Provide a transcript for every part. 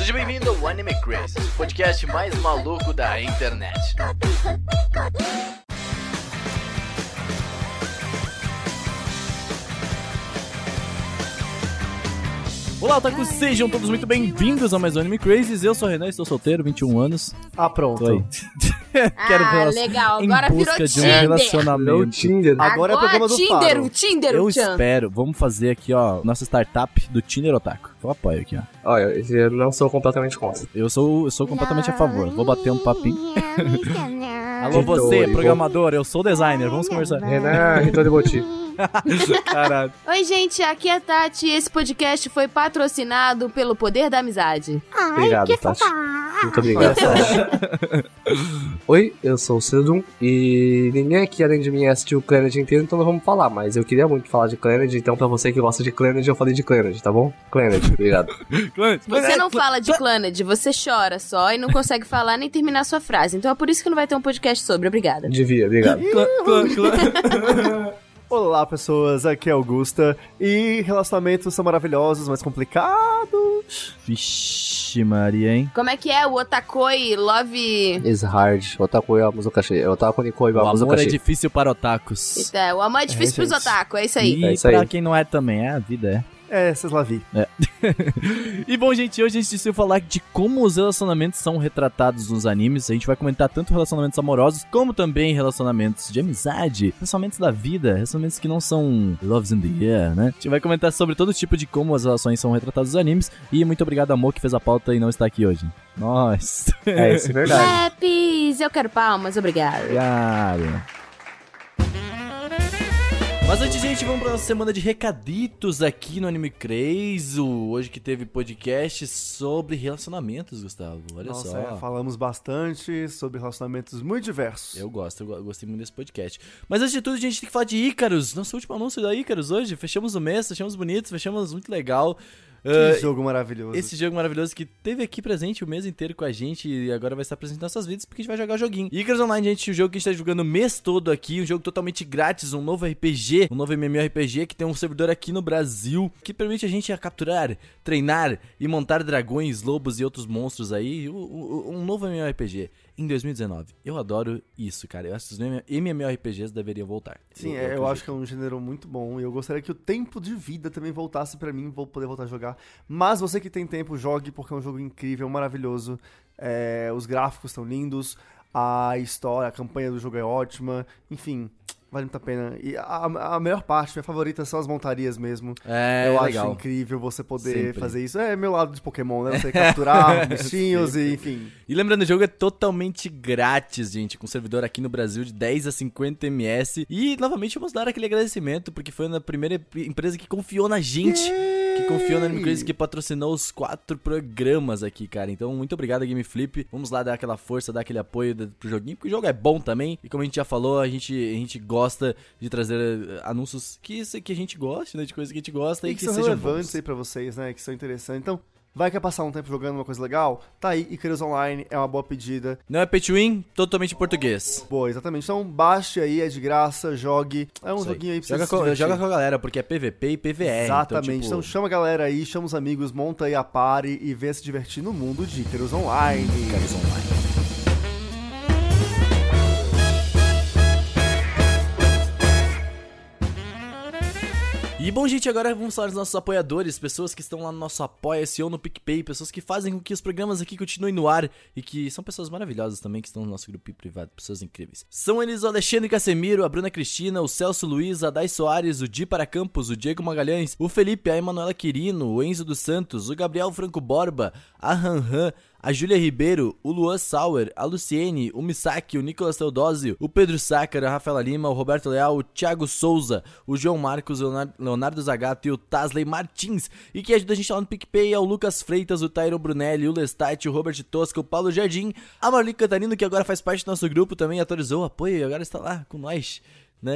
Seja bem-vindo ao Anime Crazy, o podcast mais maluco da internet. Olá, otakus, sejam todos muito bem-vindos a mais um Anime Crazy. Eu sou o Renan, estou solteiro, 21 anos. Ah, pronto. Legal, agora virou de um Tinder. relacionamento. Tinder. Agora é o programa do Tinder, Faro. o Tinder, Eu o Chan. espero, vamos fazer aqui, ó, nossa startup do Tinder Otaku. Eu apoio aqui, ó. Olha, eu não sou completamente contra. Eu sou completamente a favor. Vou bater um papinho. Alô, Então, você, programador, eu sou designer, vamos conversar. Renan, Ritor de Boti. Caralho. Oi, gente, aqui é a Tati. Esse podcast foi patrocinado pelo Poder da Amizade. Obrigado, Tati. Muito obrigado. Oi, eu sou o Cedum e ninguém aqui além de mim assistiu o Clannad inteiro, então não vamos falar, mas eu queria muito falar de Clannad, então pra você que gosta de Clannad, eu falei de Clannad, tá bom? Clannad, obrigado. Você não fala de Clannad, você chora só e não consegue falar nem terminar sua frase. Então é por isso que não vai ter um podcast sobre. Obrigada. Devia, obrigado. Olá, pessoas, aqui é Augusta e relacionamentos são maravilhosos, mas complicados. Vixe Maria, hein? Como é que é o Otakoi Love... Is hard. Otaku é a Muzokashi. Otaku Nikoi O wa amor é Muzokashi. difícil para otakus. Eita, o amor é difícil pros gente. otaku, é isso aí. E É isso aí. pra quem não é também, a vida é. Vocês lá vi. E bom, gente, hoje a gente decidiu falar de como os relacionamentos são retratados nos animes. A gente vai comentar tanto relacionamentos amorosos, como também relacionamentos de amizade, relacionamentos da vida, relacionamentos que não são loves in the air, né? A gente vai comentar sobre todo tipo de como as relações são retratadas nos animes. E muito obrigado, amor, que fez a pauta e não está aqui hoje. Nossa. É, isso é verdade. Happy, eu quero palmas, obrigado. Obrigado. Mas antes, gente, vamos pra nossa semana de recaditos aqui no Anime Crazy. Hoje que teve podcast sobre relacionamentos, Gustavo. Olha Nossa, só. falamos bastante sobre relacionamentos muito diversos. Eu gostei muito desse podcast. Mas antes de tudo, a gente tem que falar de Icarus. Nosso último anúncio da Icarus hoje. Fechamos o mês, fechamos bonitos, fechamos muito legal. Que jogo maravilhoso. Esse jogo maravilhoso que teve aqui presente o mês inteiro com a gente e agora vai estar presente em nossas vidas porque a gente vai jogar o joguinho. Icarus Online, gente, o jogo que a gente tá jogando o mês todo aqui, um jogo totalmente grátis, um novo RPG, um novo MMORPG que tem um servidor aqui no Brasil que permite a gente capturar, treinar e montar dragões, lobos e outros monstros aí. Um novo MMORPG em 2019. Eu adoro isso, cara. Eu acho que os MMORPGs deveriam voltar. Sim, eu acho que é um gênero muito bom e eu gostaria que o tempo de vida também voltasse pra mim, vou poder voltar a jogar. Mas você que tem tempo, jogue porque é um jogo incrível, maravilhoso. Os gráficos estão lindos, a história, a campanha do jogo é ótima, enfim, vale muito a pena. E a melhor parte, minha favorita, são as montarias mesmo. Eu legal. acho incrível você poder Sempre. fazer isso. É meu lado de Pokémon, né? Você capturar bichinhos e enfim. E lembrando, o jogo é totalmente grátis, gente, com servidor aqui no Brasil de 10 a 50 ms. E, novamente, vamos dar aquele agradecimento, porque foi a primeira empresa que confiou na gente, que confiou na Anime Crazy, que patrocinou os 4 programas aqui, cara. Então, muito obrigado, Game Flip. Vamos lá dar aquela força, dar aquele apoio pro joguinho, porque o jogo é bom também. E como a gente já falou, a gente gosta de trazer anúncios que a gente gosta, né, de coisas que a gente gosta E e que que são sejam relevantes bons. aí pra vocês, né? Que são interessantes. Então, vai quer passar um tempo jogando uma coisa legal? Tá aí, Icarus Online é uma boa pedida. Não é pay to win, totalmente em português. Boa, exatamente. Então, baixe aí, é de graça, jogue. É um Isso aí. joguinho aí pra você Joga se com, divertir. joga com a galera, porque é PVP e PVE. Exatamente. Então, Então, chama a galera aí, chama os amigos, monta aí a party e vê se divertir no mundo de Icarus Online. Icarus Online. E bom, gente, agora vamos falar dos nossos apoiadores, pessoas que estão lá no nosso Apoia-se ou no PicPay, pessoas que fazem com que os programas aqui continuem no ar e que são pessoas maravilhosas também, que estão no nosso grupo privado, pessoas incríveis. São eles o Alexandre Casemiro, a Bruna Cristina, o Celso Luiz, a Dai Soares, o Di Para Campos, o Diego Magalhães, o Felipe, a Emanuela Quirino, o Enzo dos Santos, o Gabriel Franco Borba, a Han, a Júlia Ribeiro, o Luan Sauer, a Luciene, o Misaki, o Nicolas Teodósio, o Pedro Sácara, a Rafaela Lima, o Roberto Leal, o Thiago Souza, o João Marcos, o Leonardo Zagato e o Tasley Martins. E que ajuda a gente lá no PicPay é o Lucas Freitas, o Tyron Brunelli, o Lestat, o Robert Tosca, o Paulo Jardim, a Marli Catarino, que agora faz parte do nosso grupo, também atualizou o apoio e agora está lá com nós, né?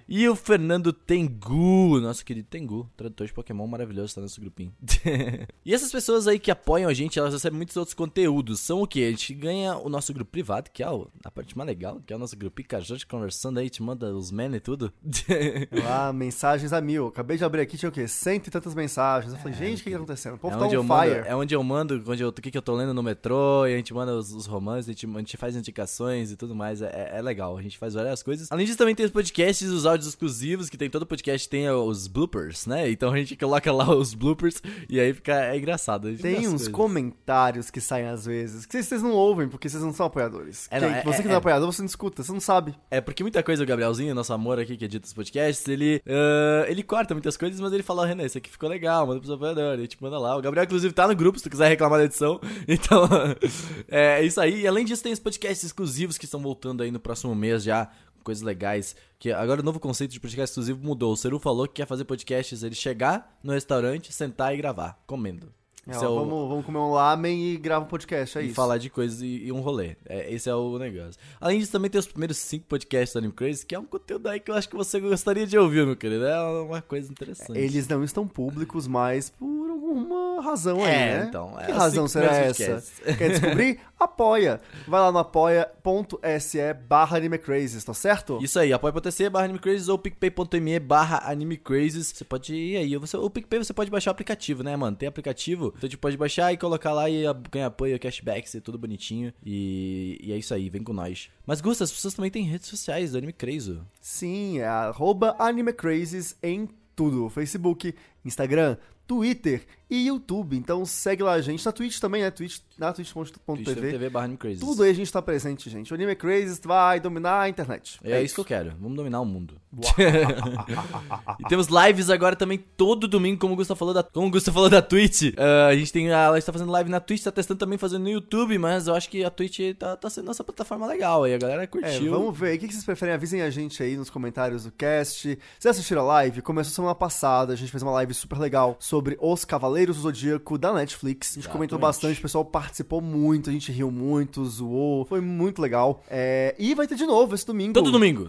E o Fernando Tengu, nosso querido Tengu, tradutor de Pokémon maravilhoso, tá no nosso grupinho. E essas pessoas aí que apoiam a gente, elas recebem muitos outros conteúdos. São o quê? A gente ganha o nosso grupo privado, que é a parte mais legal, que é o nosso grupinho, que a gente conversando aí, te manda os memes e tudo. Lá, mensagens a 1000. Acabei de abrir aqui, tinha o quê? 100 e tantas mensagens. Eu falei, gente, o que tá acontecendo? O povo tá on fire. É onde eu mando o que eu tô lendo no metrô, e a gente manda os romances, a gente faz indicações e tudo mais. É legal, a gente faz várias coisas. Além disso, também tem os podcasts, os áudios exclusivos, que tem todo podcast, tem os bloopers, né? Então a gente coloca lá os bloopers e aí fica engraçado. Tem uns comentários que saem às vezes, que vocês não ouvem, porque vocês não são apoiadores. Você que não é apoiador, você não escuta, você não sabe. É porque muita coisa, o Gabrielzinho, nosso amor aqui, que edita os podcasts, ele corta muitas coisas, mas ele fala, Renan, isso aqui ficou legal, manda pros apoiadores, a gente manda lá. O Gabriel, inclusive, tá no grupo, se tu quiser reclamar da edição. Então, é isso aí. E além disso, tem os podcasts exclusivos que estão voltando aí no próximo mês já, coisas legais, que agora o novo conceito de podcast exclusivo mudou. O Seru falou que quer fazer podcasts, ele chegar no restaurante, sentar e gravar, comendo. Vamos comer um lamen e gravar um podcast, é isso. E falar de coisas e um rolê. Esse é o negócio. Além disso, também tem os primeiros 5 podcasts do Anime Crazy, que é um conteúdo aí que eu acho que você gostaria de ouvir, meu querido. É uma coisa interessante. Eles não estão públicos, mas por alguma razão aí, né? Então, que razão será essa? Quer descobrir? Apoia. Vai lá no apoia.se/AnimeCrazes, tá certo? Isso aí, apoia.se/AnimeCrazes ou picpay.me/AnimeCrazes. Você pode ir aí. O PicPay você pode baixar o aplicativo, né, mano? Tem aplicativo, então a gente pode baixar e colocar lá e ganhar apoio, cashbacks e tudo bonitinho. E é isso aí, vem com nós. Mas, Gusta, as pessoas também têm redes sociais do Anime Crazy. Sim, é @AnimeCrazes em tudo. Facebook, Instagram, Twitter e YouTube. Então segue lá a gente. Na Twitch também, né? Na twitch.tv/AnimeCrazes. Tudo aí a gente tá presente, gente. O Anime Crazes vai dominar a internet. É isso que eu quero. Vamos dominar o mundo. E temos lives agora também todo domingo, como o Gusta falou da Twitch. A gente tá fazendo live na Twitch, tá testando também fazendo no YouTube, mas eu acho que a Twitch tá sendo nossa plataforma legal aí. A galera curtiu. Vamos ver aí. O que vocês preferem? Avisem a gente aí nos comentários do cast. Vocês assistiram a live? Começou semana passada. A gente fez uma live super legal sobre Os Cavaleiros do Zodíaco da Netflix. A gente comentou bastante, o pessoal participou muito, a gente riu muito, zoou. Foi muito legal. E vai ter de novo esse domingo. Todo domingo,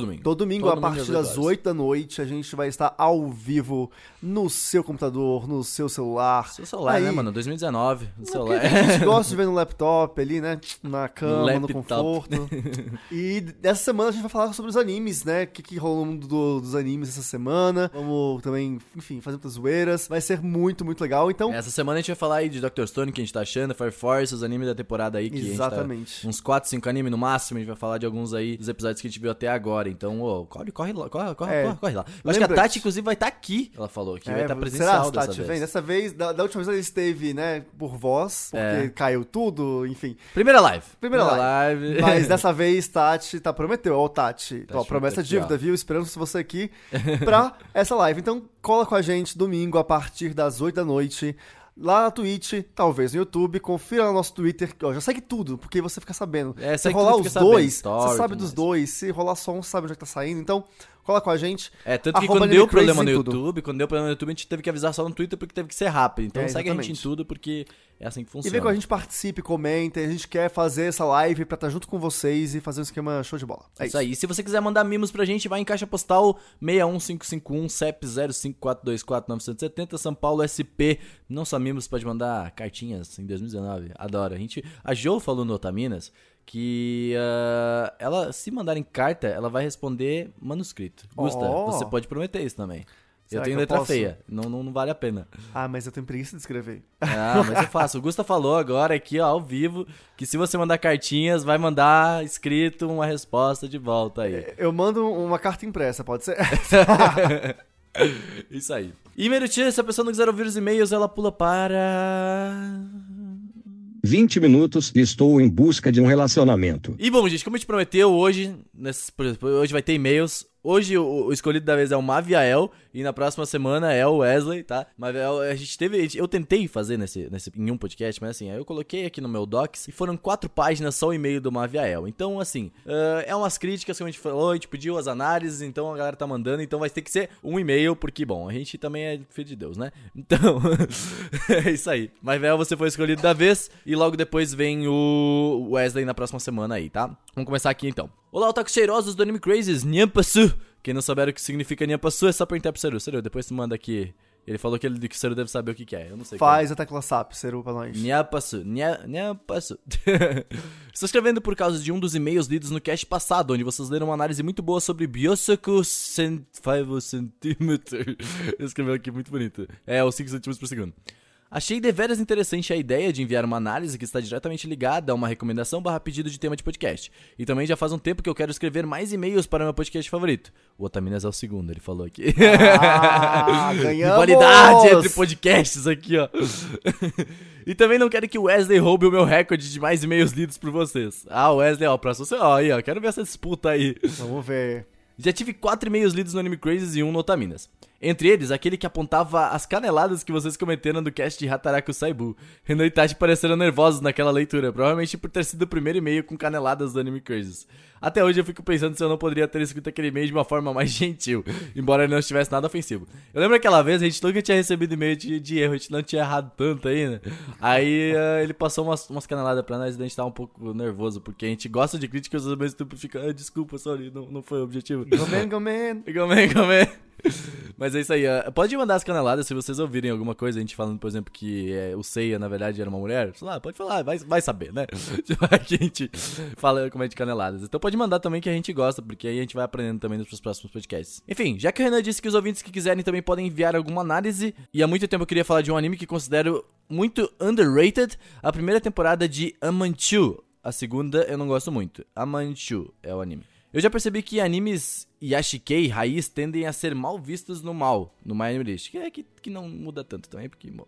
a partir das 8 da noite, a gente vai estar ao vivo no seu computador, no seu celular. Aí, né, mano? 2019, no celular. A gente gosta de ver no laptop ali, né? Na cama, no conforto. E dessa semana a gente vai falar sobre os animes, né? O que rolou no mundo dos animes essa semana. Vamos também, enfim, fazer muitas zoeiras. Vai ser muito, muito legal. Então, essa semana a gente vai falar aí de Dr. Stone, que a gente tá achando, Fire Force, os animes da temporada aí, que exatamente. A gente tá uns 4, 5 animes no máximo, a gente vai falar de alguns aí dos episódios que a gente viu até agora. Então, corre lá. Eu acho que a Tati, inclusive, vai estar aqui. Ela falou que vai estar presencial dessa vez. Vem? Dessa vez, da última vez ela esteve, né, por voz, porque caiu tudo, enfim. Primeira live. Mas dessa vez, Tati prometeu. Ó, Tati, promessa dívida, viu? Esperamos você aqui pra essa live. Então, cola com a gente domingo a partir das 8 da noite. Lá na Twitch, talvez no YouTube, confira no nosso Twitter, já segue tudo, porque você fica sabendo. Se rolar os dois, você sabe dos dois. Se rolar só um, você sabe onde é que tá saindo. Então, cola com a gente. Tanto que quando deu problema no YouTube, a gente teve que avisar só no Twitter porque teve que ser rápido. Então segue a gente em tudo, porque é assim que funciona. E vem com a gente, participe, comente. A gente quer fazer essa live pra estar junto com vocês e fazer um esquema show de bola. É isso aí. E se você quiser mandar mimos pra gente, vai em caixa postal 61551 CEP 05424-970, São Paulo SP. Não só mimos, pode mandar cartinhas em 2019. Adoro. A Jo falou no Otaminas que ela, se mandarem carta, ela vai responder manuscrito. Gusta, você pode prometer isso também. Eu tenho letra feia, não vale a pena. Mas eu tenho preguiça de escrever. Mas eu faço. O Gusta falou agora aqui, ó, ao vivo, que se você mandar cartinhas, vai mandar escrito uma resposta de volta aí. Eu mando uma carta impressa, pode ser? Isso aí. E, Meruti, se a pessoa não quiser ouvir os e-mails, ela pula para 20 minutos e estou em busca de um relacionamento. E bom, gente, como a gente prometeu, hoje vai ter e-mails. Hoje o escolhido da vez é o Maviael e na próxima semana é o Wesley, tá? Maviael, eu tentei fazer em um podcast, mas assim, eu coloquei aqui no meu Docs e foram 4 páginas só o e-mail do Maviael. Então, assim, é umas críticas que a gente falou, a gente pediu as análises, então a galera tá mandando, então vai ter que ser um e-mail, porque, bom, a gente também é filho de Deus, né? Então, é isso aí. Maviael, você foi escolhido da vez e logo depois vem o Wesley na próxima semana aí, tá? Vamos começar aqui então. Olá, otakus cheirosos do Anime Crazes, Nyampasu! Quem não souber o que significa Nyapasu é só perguntar pro Seru. Seru, depois tu manda aqui. Ele falou que o Seru deve saber o que é. Eu não sei. Faz a tecla SAP, Seru, pra nós. Nyapasu. Nyapasu. Estou escrevendo por causa de um dos e-mails lidos no cast passado, onde vocês leram uma análise muito boa sobre Byosoku 5 cm. Escreveu aqui muito bonito. Os 5 cm por segundo. Achei deveras interessante a ideia de enviar uma análise que está diretamente ligada a uma recomendação / pedido de tema de podcast. E também já faz um tempo que eu quero escrever mais e-mails para o meu podcast favorito. O Otaminas é o segundo, ele falou aqui. Ganhamos! Rivalidade entre podcasts aqui, ó. E também não quero que o Wesley roube o meu recorde de mais e-mails lidos por vocês. O Wesley, ó, próximo. Aí, ó, quero ver essa disputa aí. Vamos ver. Já tive 4 e-mails lidos no Anime Crazes e 1 no Otaminas. Entre eles, aquele que apontava as caneladas que vocês cometeram do cast de Hataraku Saibu. Renan e Tati pareceram nervosos naquela leitura, provavelmente por ter sido o primeiro e-mail com caneladas do Anime Crazes. Até hoje eu fico pensando se eu não poderia ter escrito aquele e-mail de uma forma mais gentil, embora ele não estivesse nada ofensivo. Eu lembro aquela vez, a gente nunca tinha recebido e-mail de erro, a gente não tinha errado tanto ainda. Aí ele passou umas caneladas pra nós e a gente tava um pouco nervoso, porque a gente gosta de críticas, mas mesmo tempo fica, desculpa, sorry, não foi o objetivo. Gomen. Mas é isso aí, pode mandar as caneladas se vocês ouvirem alguma coisa, a gente falando, por exemplo, que o Seiya na verdade era uma mulher, sei lá, pode falar, vai saber, né? Que a gente fala como é de caneladas. Então pode mandar também que a gente gosta, porque aí a gente vai aprendendo também nos próximos podcasts. Enfim, já que o Renan disse que os ouvintes que quiserem também podem enviar alguma análise, e há muito tempo eu queria falar de um anime que considero muito underrated, a primeira temporada de Amanchu. A segunda eu não gosto muito. Amanchu é o anime. Eu já percebi que animes Yashikei raiz tendem a ser mal vistos no My Anime List. Que não muda tanto também, porque... Bom.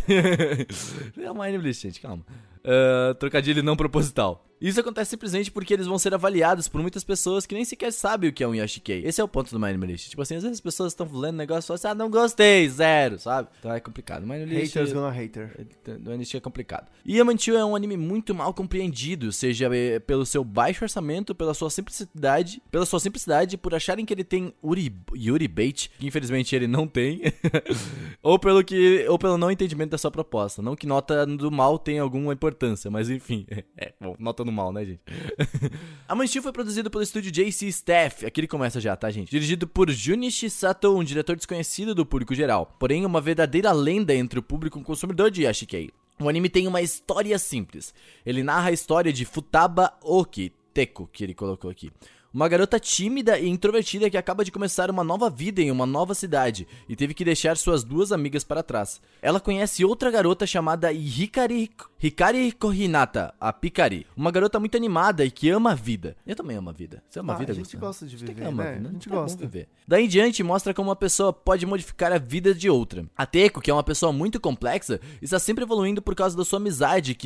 É o My Anime List, gente, calma. Trocadilho não proposital. Isso acontece simplesmente porque eles vão ser avaliados por muitas pessoas que nem sequer sabem o que é um Yashikei. Esse é o ponto do My Anime List. Tipo assim, às vezes as pessoas estão lendo negócio e falam assim, não gostei, 0, sabe? Então é complicado. My Anime List... Haters gonna hater. O Anime List é complicado. E Amanchu é um anime muito mal compreendido, seja pelo seu baixo orçamento, pela sua simplicidade, por acharem que ele tem Yuri Bait, que infelizmente ele não tem, ou pelo não entendimento da sua proposta. Não que nota do mal tenha alguma importância, mas enfim, bom, nota do mal, né, gente? Amanchu foi produzido pelo estúdio JC Staff, aqui ele começa já, tá, gente? Dirigido por Junichi Sato, um diretor desconhecido do público geral, porém uma verdadeira lenda entre o público consumidor de Yashikei. O anime tem uma história simples. Ele narra a história de Futaba Oki Teko, que ele colocou aqui. Uma garota tímida e introvertida que acaba de começar uma nova vida em uma nova cidade e teve que deixar suas 2 amigas para trás. Ela conhece outra garota chamada Hikari Kohinata, a Pikari. Uma garota muito animada e que ama a vida. Eu também amo a vida. Você ama a vida, A gente gosta de viver, ama, né? né? A gente Tá gosta. bom viver. Daí em diante mostra como uma pessoa pode modificar a vida de outra. A Teko, que é uma pessoa muito complexa, está sempre evoluindo por causa da sua amizade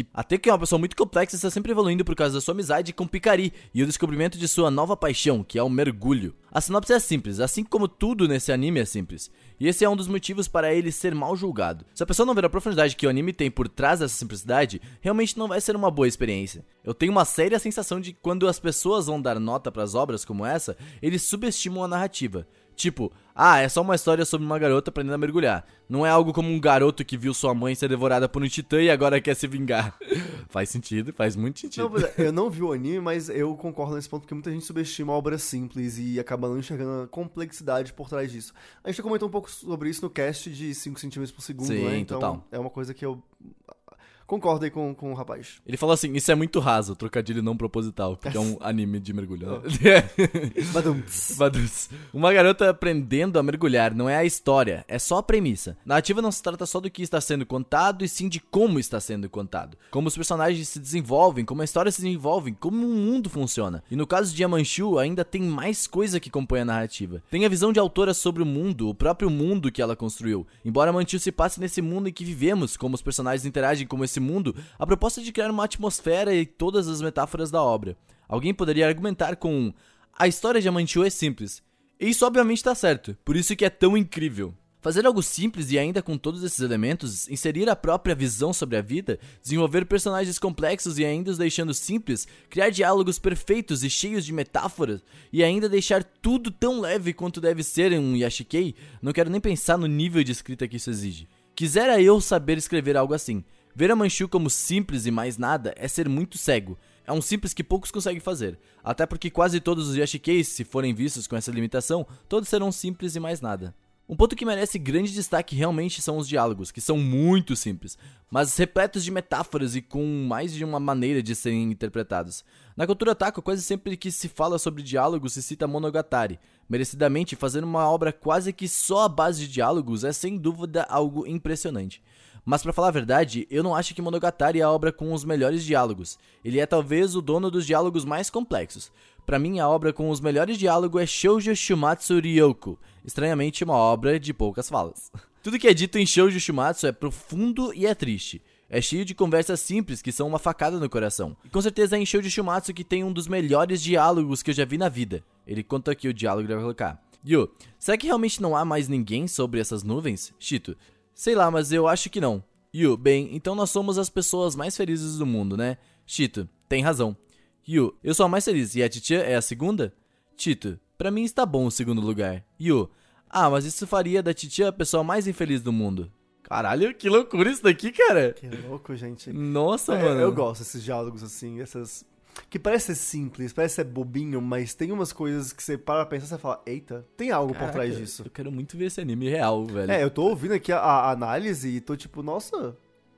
com Pikari e o descobrimento de sua nova paixão, que é o mergulho. A sinopse é simples, assim como tudo nesse anime é simples. E esse é um dos motivos para ele ser mal julgado. Se a pessoa não ver a profundidade que o anime tem por trás dessa simplicidade, realmente não vai ser uma boa experiência. Eu tenho uma séria sensação de que quando as pessoas vão dar nota para as obras como essa, eles subestimam a narrativa. Tipo, é só uma história sobre uma garota aprendendo a mergulhar. Não é algo como um garoto que viu sua mãe ser devorada por um titã e agora quer se vingar. Faz sentido, faz muito sentido. Não, eu não vi o anime, mas eu concordo nesse ponto, porque muita gente subestima a obra simples e acaba não enxergando a complexidade por trás disso. A gente já comentou um pouco sobre isso no cast de 5 cm por segundo, Sim, né? Então total. é uma coisa que eu concordo aí com o rapaz. Ele falou assim, isso é muito raso, trocadilho não proposital, porque é um anime de mergulho. Badums. Uma garota aprendendo a mergulhar não é a história, é só a premissa. Narrativa não se trata só do que está sendo contado, e sim de como está sendo contado. Como os personagens se desenvolvem, como a história se desenvolve, como o mundo funciona. E no caso de Amanchu, ainda tem mais coisa que compõe a narrativa. Tem a visão de autora sobre o mundo, o próprio mundo que ela construiu. Embora Amanchu se passe nesse mundo em que vivemos, como os personagens interagem com esse mundo, a proposta é de criar uma atmosfera e todas as metáforas da obra. Alguém poderia argumentar com a história de Amanchu é simples. E isso obviamente está certo, por isso que é tão incrível. Fazer algo simples e ainda com todos esses elementos, inserir a própria visão sobre a vida, desenvolver personagens complexos e ainda os deixando simples, criar diálogos perfeitos e cheios de metáforas, e ainda deixar tudo tão leve quanto deve ser em um Yashikei, não quero nem pensar no nível de escrita que isso exige. Quisera eu saber escrever algo assim. Ver Amanchu como simples e mais nada é ser muito cego. É um simples que poucos conseguem fazer, até porque quase todos os yashikeis, se forem vistos com essa limitação, todos serão simples e mais nada. Um ponto que merece grande destaque realmente são os diálogos, que são muito simples, mas repletos de metáforas e com mais de uma maneira de serem interpretados. Na cultura otaku, quase sempre que se fala sobre diálogos se cita Monogatari. Merecidamente, fazer uma obra quase que só à base de diálogos é sem dúvida algo impressionante. Mas pra falar a verdade, eu não acho que Monogatari é a obra com os melhores diálogos. Ele é talvez o dono dos diálogos mais complexos. Pra mim, a obra com os melhores diálogos é Shoujo Shumatsu Ryoko, estranhamente uma obra de poucas falas. Tudo que é dito em Shoujo Shumatsu é profundo e é triste. É cheio de conversas simples que são uma facada no coração. E com certeza é em Shoujo Shumatsu que tem um dos melhores diálogos que eu já vi na vida. Ele conta aqui o diálogo que ele vai colocar. Yu, será que realmente não há mais ninguém sobre essas nuvens? Shito, sei lá, mas eu acho que não. Yu, bem, então nós somos as pessoas mais felizes do mundo, né? Shito, tem razão. Yu, eu sou a mais feliz e a Titia é a segunda? Tito, pra mim está bom o segundo lugar. Yu, mas isso faria da Titia a pessoa mais infeliz do mundo. Caralho, que loucura isso daqui, cara. Que louco, gente. Nossa, mano. Eu gosto desses diálogos assim, essas... Que parece ser simples, parece ser bobinho, mas tem umas coisas que você para pra pensar e você fala, eita, tem algo por trás disso. Eu quero muito ver esse anime real, velho. Eu tô ouvindo aqui a análise e tô tipo, nossa,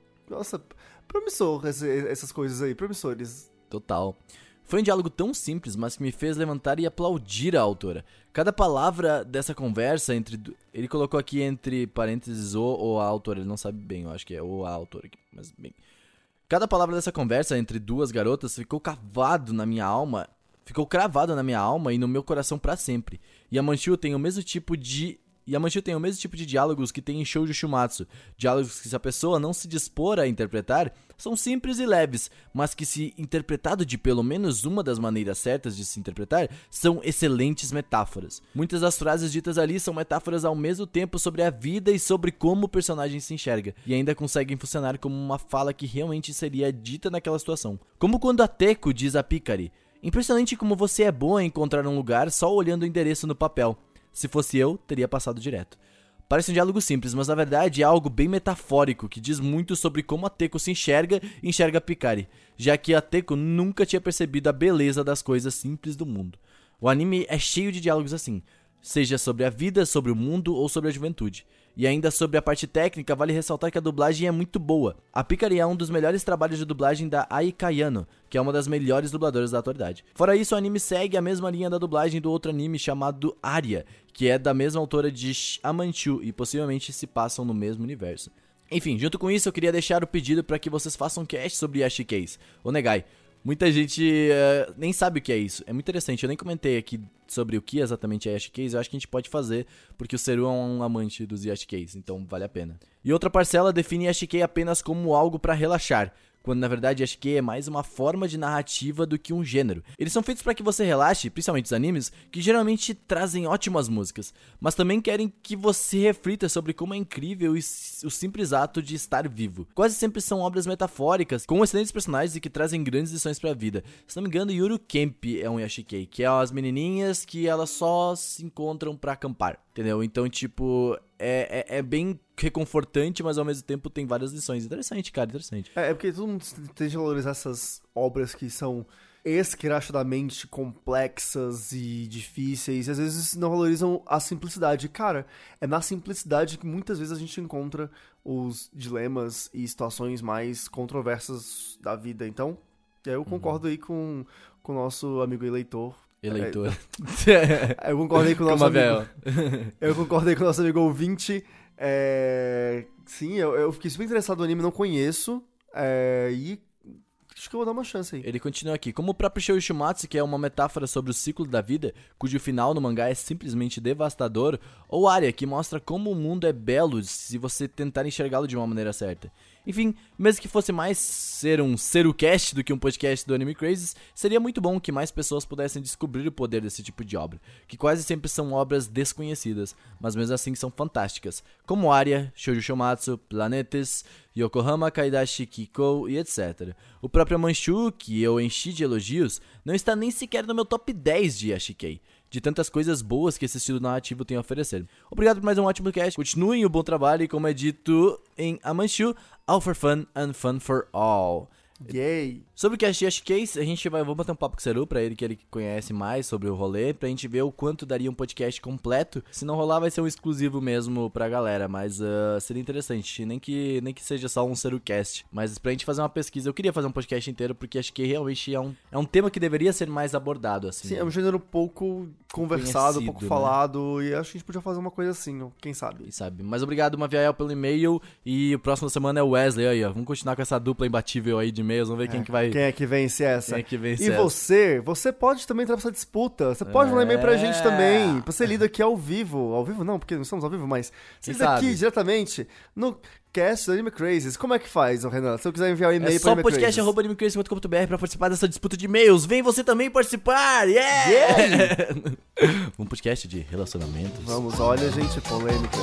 promissor essas coisas aí, promissores. Total. Foi um diálogo tão simples, mas que me fez levantar e aplaudir a autora. Cada palavra dessa conversa ele colocou aqui entre parênteses o ou a autora, ele não sabe bem, eu acho que é o a autora aqui, mas bem. Cada palavra dessa conversa entre duas garotas ficou cravado na minha alma e no meu coração pra sempre. E a Manchu tem o mesmo tipo de diálogos que tem em Shoujo Shumatsu. Diálogos que, se a pessoa não se dispor a interpretar, são simples e leves, mas que, se interpretado de pelo menos uma das maneiras certas de se interpretar, são excelentes metáforas. Muitas das frases ditas ali são metáforas ao mesmo tempo sobre a vida e sobre como o personagem se enxerga, e ainda conseguem funcionar como uma fala que realmente seria dita naquela situação. Como quando a Teko diz a Pikari: impressionante como você é boa em encontrar um lugar só olhando o endereço no papel. Se fosse eu, teria passado direto. Parece um diálogo simples, mas na verdade é algo bem metafórico, que diz muito sobre como a Teko se enxerga e enxerga a Pikari, já que a Teko nunca tinha percebido a beleza das coisas simples do mundo. O anime é cheio de diálogos assim, seja sobre a vida, sobre o mundo ou sobre a juventude. E ainda sobre a parte técnica, vale ressaltar que a dublagem é muito boa. A Pikari é um dos melhores trabalhos de dublagem da Ai Kayano, que é uma das melhores dubladoras da atualidade. Fora isso, o anime segue a mesma linha da dublagem do outro anime chamado Aria, que é da mesma autora de Amanchu e possivelmente se passam no mesmo universo. Enfim, junto com isso eu queria deixar o pedido para que vocês façam um cast sobre Yashikeis. Onegai. Muita gente nem sabe o que é isso. É muito interessante, eu nem comentei aqui sobre o que exatamente é Yashikeis. Eu acho que a gente pode fazer, porque o Seru é um amante dos Yashikeis, então vale a pena. E outra parcela define Yashikei apenas como algo pra relaxar, quando na verdade Yashikei é mais uma forma de narrativa do que um gênero. Eles são feitos para que você relaxe, principalmente os animes, que geralmente trazem ótimas músicas, mas também querem que você reflita sobre como é incrível o simples ato de estar vivo. Quase sempre são obras metafóricas, com excelentes personagens e que trazem grandes lições pra vida. Se não me engano, Yuru Camp é um Yashikei, que é as menininhas que elas só se encontram pra acampar, entendeu? Então, tipo, é bem reconfortante, mas ao mesmo tempo tem várias lições. Interessante, cara, interessante. É porque todo mundo tem de valorizar essas obras que são escrachadamente complexas e difíceis, e às vezes não valorizam a simplicidade. Cara, é na simplicidade que muitas vezes a gente encontra os dilemas e situações mais controversas da vida. Então, eu concordo aí com o nosso amigo eleitor. Eu concordei com o nosso amigo. Eu concordei com o nosso amigo ouvinte. Sim, eu fiquei super interessado no anime, não conheço. E acho que eu vou dar uma chance aí. Ele continua aqui. Como o próprio Shoujo Shumatsu, que é uma metáfora sobre o ciclo da vida, cujo final no mangá é simplesmente devastador, ou Aria, que mostra como o mundo é belo se você tentar enxergá-lo de uma maneira certa. Enfim, mesmo que fosse mais ser um Serucast do que um podcast do Anime Crazes, seria muito bom que mais pessoas pudessem descobrir o poder desse tipo de obra, que quase sempre são obras desconhecidas, mas mesmo assim são fantásticas, como Aria, Shoujo Shumatsu, Planetes, Yokohama Kaidashi Kiko e etc. O próprio Manchu, que eu enchi de elogios, não está nem sequer no meu top 10 de Yashikei, de tantas coisas boas que esse estilo narrativo tem a oferecer. Obrigado por mais um ótimo cast, continuem o bom trabalho e, como é dito em Amanchu, all for fun and fun for all. Yay! Sobre o Cast Case, vou bater um papo com o Seru, pra ele que ele conhece mais sobre o rolê, pra gente ver o quanto daria um podcast completo. Se não rolar, vai ser um exclusivo mesmo pra galera, mas seria interessante, nem que seja só um SeruCast, mas pra gente fazer uma pesquisa. Eu queria fazer um podcast inteiro, porque acho que realmente é um tema que deveria ser mais abordado, assim. Sim, é um gênero pouco conversado, Conhecido, pouco falado, e acho que a gente podia fazer uma coisa assim, quem sabe. Mas obrigado, Maviael, pelo e-mail, e o próximo semana é o Wesley, aí, ó. Vamos continuar com essa dupla imbatível aí de e-mails, vamos ver quem é que vence essa. E você pode também entrar nessa disputa, você pode mandar e-mail pra gente também, pra ser lido aqui ao vivo não, porque não estamos ao vivo, mas ser lido aqui diretamente no Cast do Anime Crazes. Como é que faz, Renan? Se eu quiser enviar um e-mail pra Anime Crazes. É só podcast@animecrazes.com.br pra participar dessa disputa de e-mails. Vem você também participar! Yeah! Um podcast de relacionamentos. Vamos, olha, gente, polêmicas.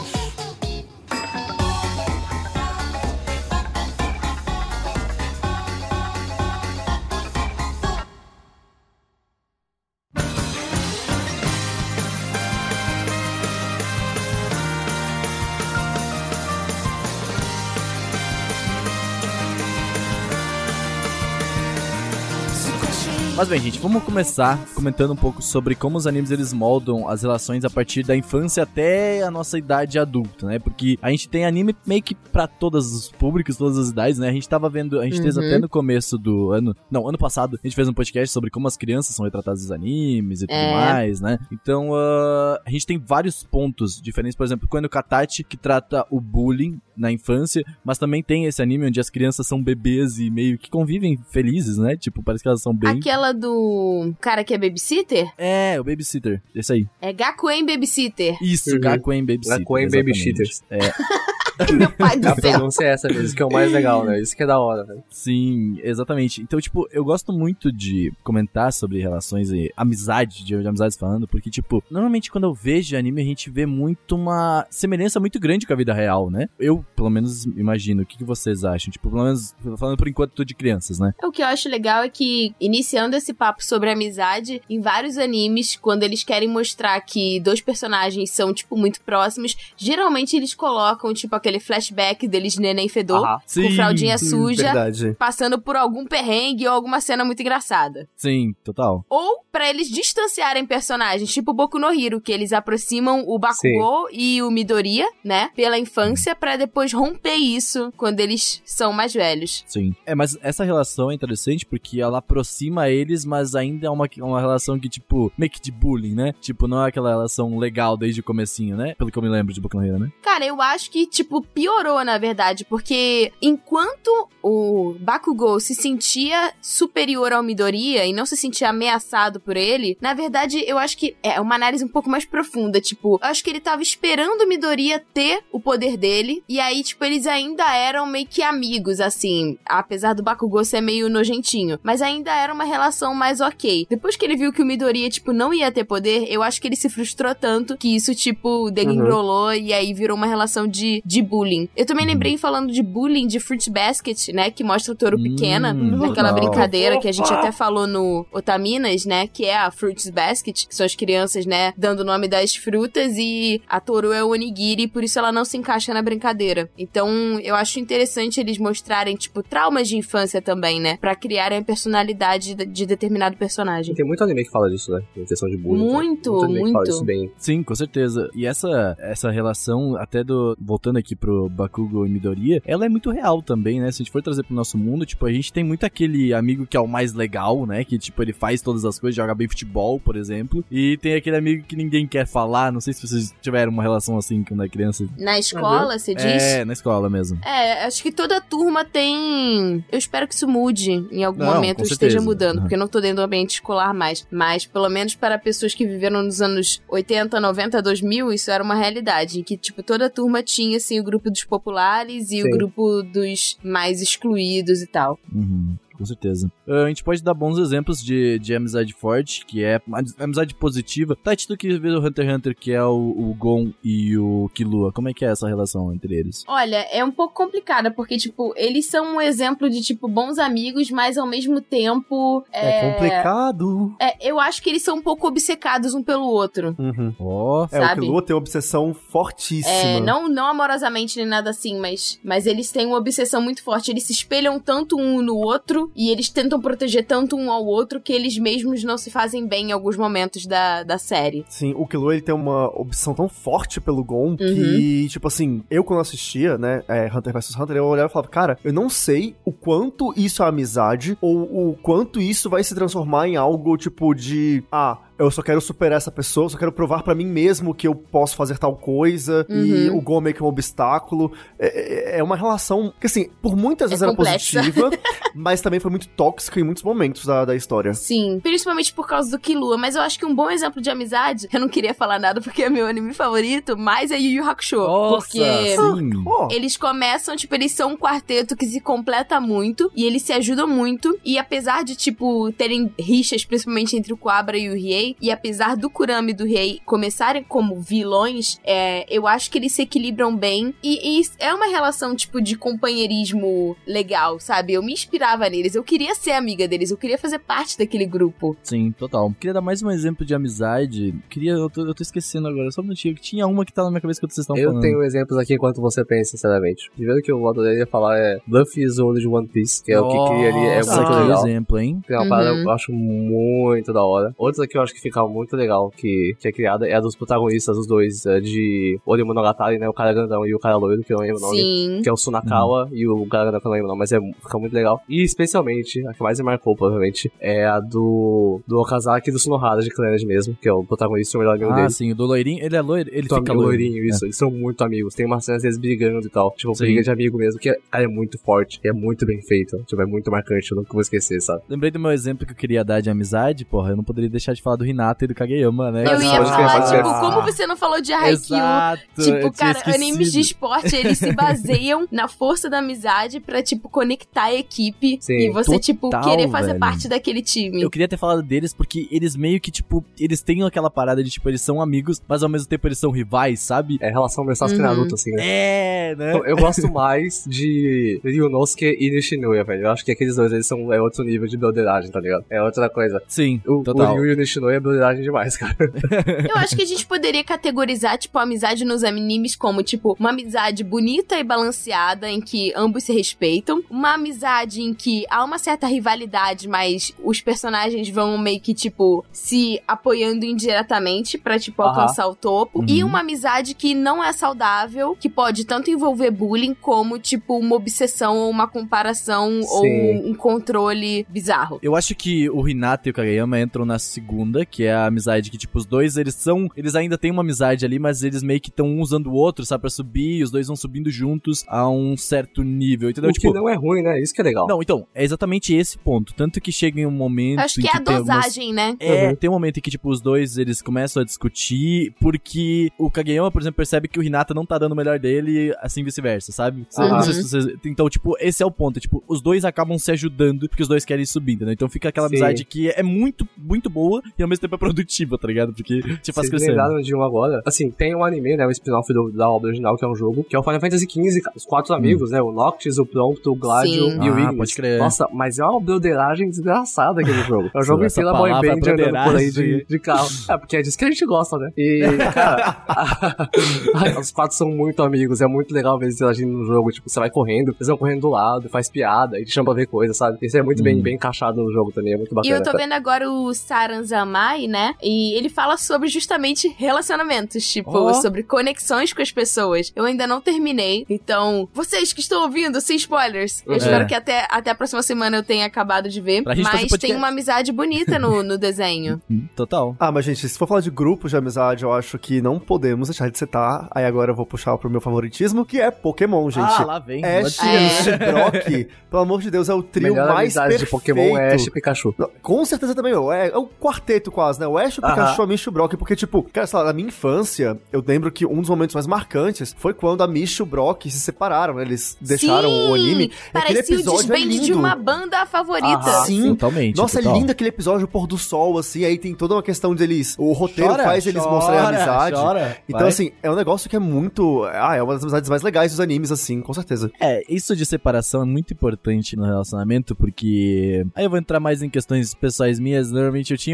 Mas bem, gente, vamos começar comentando um pouco sobre como os animes eles moldam as relações a partir da infância até a nossa idade adulta, né? Porque a gente tem anime meio que pra todos os públicos, todas as idades, né? A gente tava vendo, a gente fez até no começo do ano, ano passado, a gente fez um podcast sobre como as crianças são retratadas nos animes e tudo mais, né? Então, a gente tem vários pontos diferentes, por exemplo, quando o Katachi, que trata o bullying na infância, mas também tem esse anime onde as crianças são bebês e meio que convivem felizes, né? Tipo, parece que elas são bem... Aquela do cara que é babysitter? É, o Babysitter, esse aí. É Gakuen Babysitter. Isso, Gakuen Babysitter. Gakuen Babysitters. Meu pai do A céu. pronúncia é essa mesmo, que é o mais legal, né? Isso que é da hora, velho. Sim, exatamente. Então, tipo, eu gosto muito de comentar sobre relações e amizade, de amizades falando, porque, tipo, normalmente quando eu vejo anime, a gente vê muito uma semelhança muito grande com a vida real, né? Eu, pelo menos, imagino. O que vocês acham? Tipo, pelo menos, falando por enquanto de crianças, né? O que eu acho legal é que, iniciando esse papo sobre amizade, em vários animes, quando eles querem mostrar que dois personagens são, tipo, muito próximos, geralmente eles colocam, tipo, aquele flashback deles neném fedor, com fraldinha suja, verdade. Passando por algum perrengue ou alguma cena muito engraçada. Sim, total. Ou pra eles distanciarem personagens, tipo Boku no Hero, que eles aproximam o Bakugou e o Midoriya, né, pela infância, pra depois romper isso quando eles são mais velhos. Sim. Mas essa relação é interessante porque ela aproxima eles, mas ainda é uma relação que, tipo, meio que de bullying, né? Tipo, não é aquela relação legal desde o comecinho, né? Pelo que eu me lembro de Boku no Hero, né? Cara, eu acho que, tipo, piorou, na verdade, porque enquanto o Bakugou se sentia superior ao Midoriya e não se sentia ameaçado por ele, na verdade, eu acho que é uma análise um pouco mais profunda, tipo, eu acho que ele tava esperando o Midoriya ter o poder dele, e aí, tipo, eles ainda eram meio que amigos, assim, apesar do Bakugou ser meio nojentinho, mas ainda era uma relação mais ok. Depois que ele viu que o Midoriya, tipo, não ia ter poder, eu acho que ele se frustrou tanto que isso, tipo, degringolou e aí virou uma relação de bullying. Eu também lembrei, falando de bullying, de Fruit Basket, né, que mostra o Toru pequena, naquela brincadeira que a gente até falou no Otaminas, né, que é a Fruits Basket, que são as crianças, né, dando o nome das frutas, e a Toru é o onigiri, por isso ela não se encaixa na brincadeira. Então, eu acho interessante eles mostrarem, tipo, traumas de infância também, né, pra criarem a personalidade de determinado personagem. Tem muito anime que fala disso, né, em questão de bullying. Muito. Que fala isso bem. Sim, com certeza. E essa relação, até voltando aqui pro Bakugou e Midoriya, ela é muito real também, né? Se a gente for trazer pro nosso mundo, tipo, a gente tem muito aquele amigo que é o mais legal, né? Que, tipo, ele faz todas as coisas, joga bem futebol, por exemplo. E tem aquele amigo que ninguém quer falar. Não sei se vocês tiveram uma relação assim quando é criança. Na escola, você diz? É, na escola mesmo. Acho que toda turma tem... Eu espero que isso mude em algum momento, esteja mudando, porque eu não tô dentro do ambiente escolar mais. Mas, pelo menos para pessoas que viveram nos anos 80, 90, 2000, isso era uma realidade. Em que, tipo, toda turma tinha, assim, o grupo dos populares e o grupo dos mais excluídos e tal. Com certeza. A gente pode dar bons exemplos de amizade forte, que é uma amizade positiva. Tati, tu que vê o Hunter x Hunter, que é o Gon e o Killua. Como é que é essa relação entre eles? Olha, é um pouco complicada, porque, tipo, eles são um exemplo de, tipo, bons amigos, mas ao mesmo tempo... É complicado. Eu acho que eles são um pouco obcecados um pelo outro. Ó, sabe? O Killua tem uma obsessão fortíssima. Não amorosamente nem nada assim, mas eles têm uma obsessão muito forte. Eles se espelham tanto um no outro tanto e eles tentam proteger tanto um ao outro que eles mesmos não se fazem bem em alguns momentos da série. Sim, o Killua, ele tem uma obsessão tão forte pelo Gon que, tipo assim, eu quando assistia, né, Hunter vs Hunter, eu olhava e falava, cara, eu não sei o quanto isso é amizade ou o quanto isso vai se transformar em algo, tipo, de, eu só quero superar essa pessoa, eu só quero provar pra mim mesmo que eu posso fazer tal coisa, e o Gon meio que é um obstáculo. É uma relação que, assim, por muitas vezes era positiva, mas também foi muito tóxica em muitos momentos da história. Sim, principalmente por causa do Killua, mas eu acho que um bom exemplo de amizade, eu não queria falar nada porque é meu anime favorito, mas é Yu Yu Hakusho. Nossa, porque sim. eles começam, tipo, eles são um quarteto que se completa muito, e eles se ajudam muito, e apesar de, tipo, terem rixas, principalmente entre o Quabra e o Riei, e apesar do Kurama e do Riei começarem como vilões, eu acho que eles se equilibram bem, e é uma relação, tipo, de companheirismo legal, sabe? Eu me inspirava neles, eu queria ser amiga deles, eu queria fazer parte daquele grupo. Sim, total. Queria dar mais um exemplo de amizade. Eu tô esquecendo agora, só um minutinho, que tinha uma que tá na minha cabeça que vocês estão falando. Eu tenho exemplos aqui enquanto você pensa, sinceramente. Primeiro que eu adoraria falar é Luffy e Zoro de One Piece, que é o que cria ali, é muito legal. Exemplo, hein? Tem uma parada que eu acho muito da hora. Outra que eu acho que fica muito legal, que é criada, é a dos protagonistas, os dois, de Ori Monogatari, né? O cara grandão e o cara loiro, que eu não lembro o nome. Sim. Que é o Sunakawa e o cara grandão que eu não lembro o nome, mas fica muito legal. E especialmente, a que mais me marcou, provavelmente, é a do Okazaki e do Sunohara de Clannad mesmo, que é o protagonista e o melhor amigo dele. Sim, o do loirinho, ele é loiro, ele fica loirinho, isso. Eles são muito amigos. Tem umas cenas deles brigando e tal. Tipo, briga de amigo mesmo, que é muito forte, é muito bem feito. Tipo, é muito marcante, eu nunca vou esquecer, sabe? Lembrei do meu exemplo que eu queria dar de amizade, porra, eu não poderia deixar de falar do Hinata e do Kageyama, né? Eu ia falar, tipo, como você não falou de Haikyuu? Exato, tipo, cara, animes de esporte, eles se baseiam na força da amizade pra, tipo, conectar a equipe. Sim, e você, tipo, querer fazer parte daquele time. Eu queria ter falado deles porque eles meio que, tipo, eles têm aquela parada de, tipo, eles são amigos, mas ao mesmo tempo eles são rivais, sabe? É relação Sasuke e Naruto, assim, né? Né? Eu gosto mais de Ryunosuke e Nishinuya, velho. Eu acho que aqueles dois, eles são outro nível de broderagem, tá ligado? É outra coisa. Sim, total. O Ryu e o Nishinuya é broderagem demais, cara. Eu acho que a gente poderia categorizar, tipo, a amizade nos animes como, tipo, uma amizade bonita e balanceada, em que ambos se respeitam. Uma amizade em que há uma certa rivalidade, mas os personagens vão meio que, tipo, se apoiando indiretamente pra, tipo, alcançar o topo. E uma amizade que não é saudável, que pode tanto envolver bullying como, tipo, uma obsessão ou uma comparação ou um controle bizarro. Eu acho que o Hinata e o Kageyama entram na segunda, que é a amizade que, tipo, os dois, eles ainda têm uma amizade ali, mas eles meio que estão um usando o outro, sabe, pra subir, e os dois vão subindo juntos a um certo nível, entendeu? O que não é ruim, né? Isso que é legal. Não, então, é exatamente esse ponto. Tanto que chega em um momento... Acho que é a dosagem, né? Tem um momento em que, tipo, os dois, eles começam a discutir, porque o Kageyama, por exemplo, percebe que o Hinata não tá dando o melhor dele, assim vice-versa, sabe? Não sei se vocês... Então, tipo, esse é o ponto. Tipo, os dois acabam se ajudando porque os dois querem subir, entendeu? Então fica aquela amizade que é muito, muito boa e ao mesmo tempo é produtiva, tá ligado? Porque te faz crescer. Vocês lembraram de um agora? Assim, tem um anime, né? O spin-off da obra original, que é um jogo, que é o Final Fantasy XV, os 4 amigos, né? O Noctis, o Prompto, o Gladio e o Ignis. Pode crer. Nossa, mas é uma broderagem desgraçada aquele jogo. É um jogo inteiro a boy band andando por aí de carro. Porque é disso que a gente gosta, né? E, cara, os 4 são muito amigos. É muito legal ver eles interagindo no jogo. Tipo, você vai correndo, eles vão correndo do lado, faz piada, e te chama pra ver coisa, sabe? Isso é muito bem encaixado no jogo também, é muito bacana. E eu tô vendo agora o Saranzamai, né? E ele fala sobre justamente relacionamentos, tipo, sobre conexões com as pessoas. Eu ainda não terminei, então, vocês que estão ouvindo, sem spoilers, eu espero que até a próxima semana eu tenha acabado de ver, mas tem uma amizade bonita no desenho. Total. Mas gente, se for falar de grupos de amizade, eu acho que não podemos deixar de citar, aí agora eu vou puxar pro meu favoritismo, que é Pokémon, gente. Lá vem. Ash e Brock, pelo amor de Deus, é o trio melhor mais amizade perfeito. de Pokémon é Ash e Pikachu. Com certeza também, é o quarteto quase, né? O Ash, o Pikachu, a Misty e o Brock, porque, tipo, cara, sei lá, na minha infância, eu lembro que um dos momentos mais marcantes foi quando a Misty e o Brock se separaram, né? Eles deixaram o anime. Parecia aquele episódio o desband de uma banda favorita. Sim, totalmente. Nossa, é lindo aquele episódio, o pôr do sol, assim, aí tem toda uma questão deles, o roteiro faz eles mostrarem a amizade. Então, assim, é um negócio que é muito... é uma das amizades mais legais dos animes, assim, com certeza. Isso de separação é muito importante no relacionamento, porque... Aí eu vou entrar mais em questões pessoais minhas. Normalmente eu tinha umas piras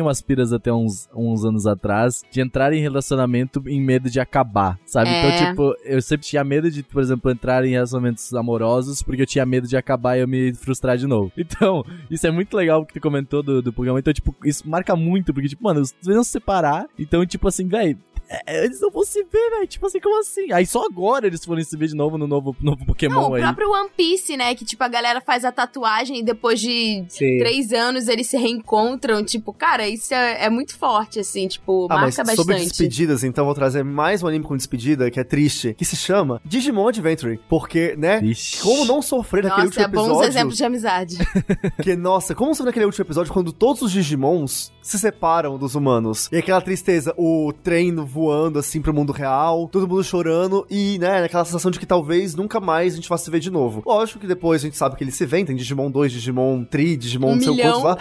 mentiras até uns anos atrás, de entrar em relacionamento em medo de acabar, sabe? Então, tipo, eu sempre tinha medo de, por exemplo, entrar em relacionamentos amorosos, porque eu tinha medo de acabar e eu me frustrar de novo. Então, isso é muito legal que tu comentou do programa. Então, tipo, isso marca muito, porque, tipo, mano, os dois vão se separar, então, tipo assim, velho, eles não vão se ver, velho. Tipo assim, como assim? Aí só agora eles foram se ver de novo no novo Pokémon aí. Não, o próprio One Piece, né? Que, tipo, a galera faz a tatuagem e depois de 3 anos eles se reencontram. Tipo, cara, isso é muito forte, assim. Tipo, marca bastante. Sobre despedidas, então, vou trazer mais um anime com despedida, que é triste, que se chama Digimon Adventure. Porque, né, como não sofrer naquele último episódio... Nossa, bons exemplos de amizade. Que, nossa, como sofrer naquele último episódio quando todos os Digimons se separam dos humanos. E aquela tristeza, o trem voando, assim, pro mundo real, todo mundo chorando e, né, aquela sensação de que talvez nunca mais a gente vá se ver de novo. Lógico que depois a gente sabe que eles se veem, tem Digimon 2, Digimon 3, Digimon não sei quantos lá,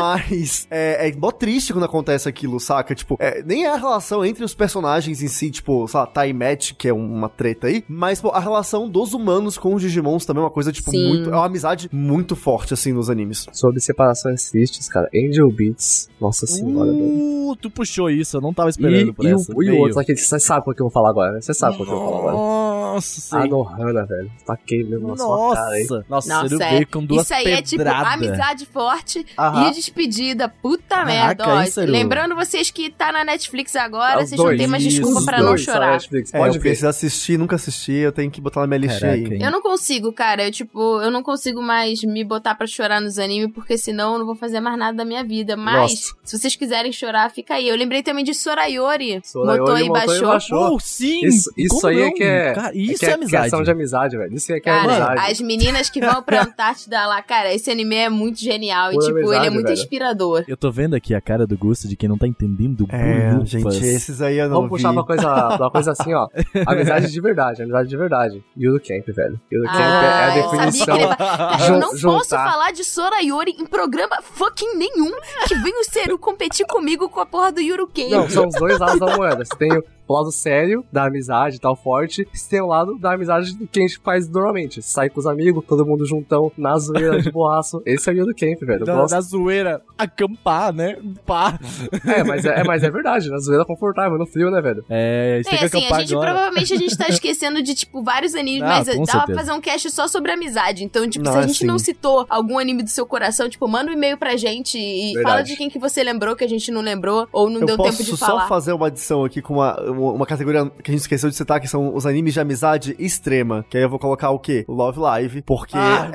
mas é mó triste quando acontece aquilo, saca? Tipo, nem é a relação entre os personagens em si, tipo, sei lá, Time Match, que é uma treta aí, mas, pô, a relação dos humanos com os Digimons também é uma coisa, tipo, muito... É uma amizade muito forte, assim, nos animes. Sobre separações tristes, cara, Angel Beats, nossa senhora, velho. Tu puxou isso, eu não tava esperando por essa. E o outro aqui, você sabe o que eu vou falar agora, né? Você sabe o que eu vou falar agora. Nossa, sim. Anohana, velho. Taquei mesmo na sua cara aí. Nossa, você veio com duas isso aí pedradas. é tipo amizade forte e despedida. Puta merda, ó. Lembrando vocês que tá na Netflix agora, vocês não tem mais desculpa pra não chorar. Netflix, pode eu preciso assistir, nunca assisti, eu tenho que botar na minha listinha aí. Eu não consigo, cara. Eu não consigo mais me botar pra chorar nos animes, porque senão eu não vou fazer mais nada da minha vida. Mas, se vocês quiserem chorar, fica aí. Eu lembrei também de Sorayori. Motou e baixou. Oh, sim! Isso aí é que é... Cara, isso é amizade. Questão de amizade, velho. Isso aí é que é amizade. As meninas que vão pra Antártida lá, cara, esse anime é muito genial. Pura e, tipo, amizade, ele é muito velho. inspirador. Eu tô vendo aqui a cara do Gusto de quem não tá entendendo. Gente, esses aí eu não Vamos puxar uma coisa assim, ó. Amizade de verdade, amizade de verdade. Yuru Camp, velho. Yuru Camp é a definição. Eu não posso falar de Sorayori em programa fucking nenhum que vem o Seru competir comigo com a porra do Yuru Camp. Não, são os dois lados da moeda. Você tem o lado sério da amizade e tal, forte. Você tem o lado da amizade que a gente faz normalmente. Sai com os amigos, todo mundo juntão, na zoeira de borraço. Esse é o Yuru Camp, velho. Na zoeira, acampar, né? Pá. Mas é verdade. Na zoeira confortável, no frio, né, velho? Você tem que assim, acampar a gente agora. Provavelmente a gente tá esquecendo de, tipo, vários animes, mas dá pra fazer um cast só sobre amizade. Então, tipo, se a gente não citou algum anime do seu coração, tipo, manda um e-mail pra gente e fala de quem que você lembrou, que a gente não lembrou, ou não deu tempo de falar. Eu posso só fazer uma adição aqui com uma categoria que a gente esqueceu de citar, que são os animes de amizade extrema. Que aí eu vou colocar o quê? O Love Live, porque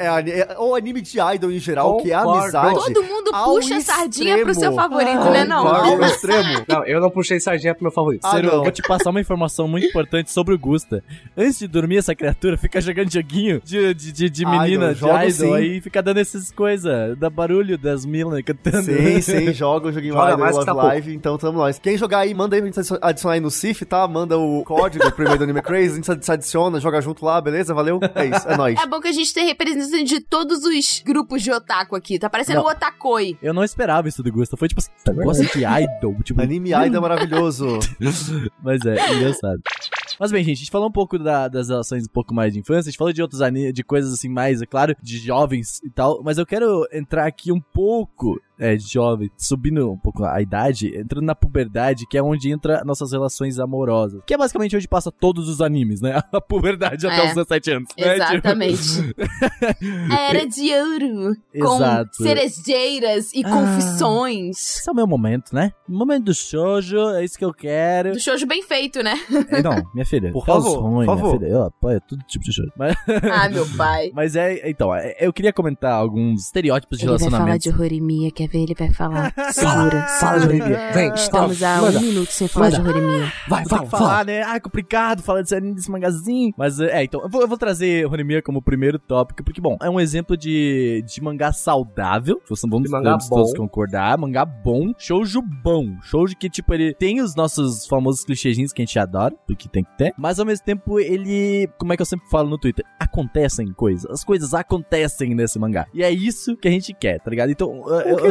é o anime de idol em geral, que é a amizade. Todo mundo puxa sardinha pro seu favorito, né, não? Ao extremo. Não, eu não puxei sardinha pro meu favorito. Sério, eu vou te passar uma informação muito importante sobre o Gusta. Antes de dormir, essa criatura fica jogando joguinho de menina, de idol, aí fica dando essas coisas, dá barulho das minas cantando. Sim, joga o joguinho idol, Love Live, então tamo nós. Quem jogar aí, manda aí pra gente adicionar aí no Cif, tá? Manda o código primeiro do Anime Crazy, a gente se adiciona, joga junto lá, beleza? Valeu? É isso, é nóis. É bom que a gente tem representante de todos os grupos de otaku aqui, tá parecendo o Otakoi. Eu não esperava isso do Gusta, foi tipo assim, gosta de idol? Tipo, anime idol é maravilhoso. Mas engraçado. Mas bem, gente, a gente falou um pouco das relações um pouco mais de infância, a gente falou de outros animes, de coisas assim mais, é claro, de jovens e tal, mas eu quero entrar aqui um pouco de jovem, subindo um pouco a idade, entrando na puberdade, que é onde entra nossas relações amorosas. Que é basicamente onde passa todos os animes, né? A puberdade até os 17 anos. Exatamente. Né? A era de ouro. Exato. Com cerejeiras e confissões. Esse é o meu momento, né? O momento do shoujo, é isso que eu quero. Do shoujo bem feito, né? Não, minha filha. Por favor. Minha filha, eu apoio todo tipo de shoujo. Mas... meu pai. Mas então, eu queria comentar alguns estereótipos de relacionamento. Ele vai falar de Horimiya, quer ver? Ele vai falar. Segura. Fala de Horimiya. Vem, estamos há um minuto sem falar de Horimiya. Vai, falar, né? Ah, é complicado falar desse mangazinho. Mas, então, eu vou trazer Horimiya como primeiro tópico, porque, bom, é um exemplo de mangá saudável. Vamos todos concordar. Mangá bom. Shoujo bom. Shoujo que, tipo, ele tem os nossos famosos clichêzinhos que a gente adora, porque tem que ter. Mas, ao mesmo tempo, ele, como é que eu sempre falo no Twitter, acontecem coisas. As coisas acontecem nesse mangá. E é isso que a gente quer, tá ligado? Então, o que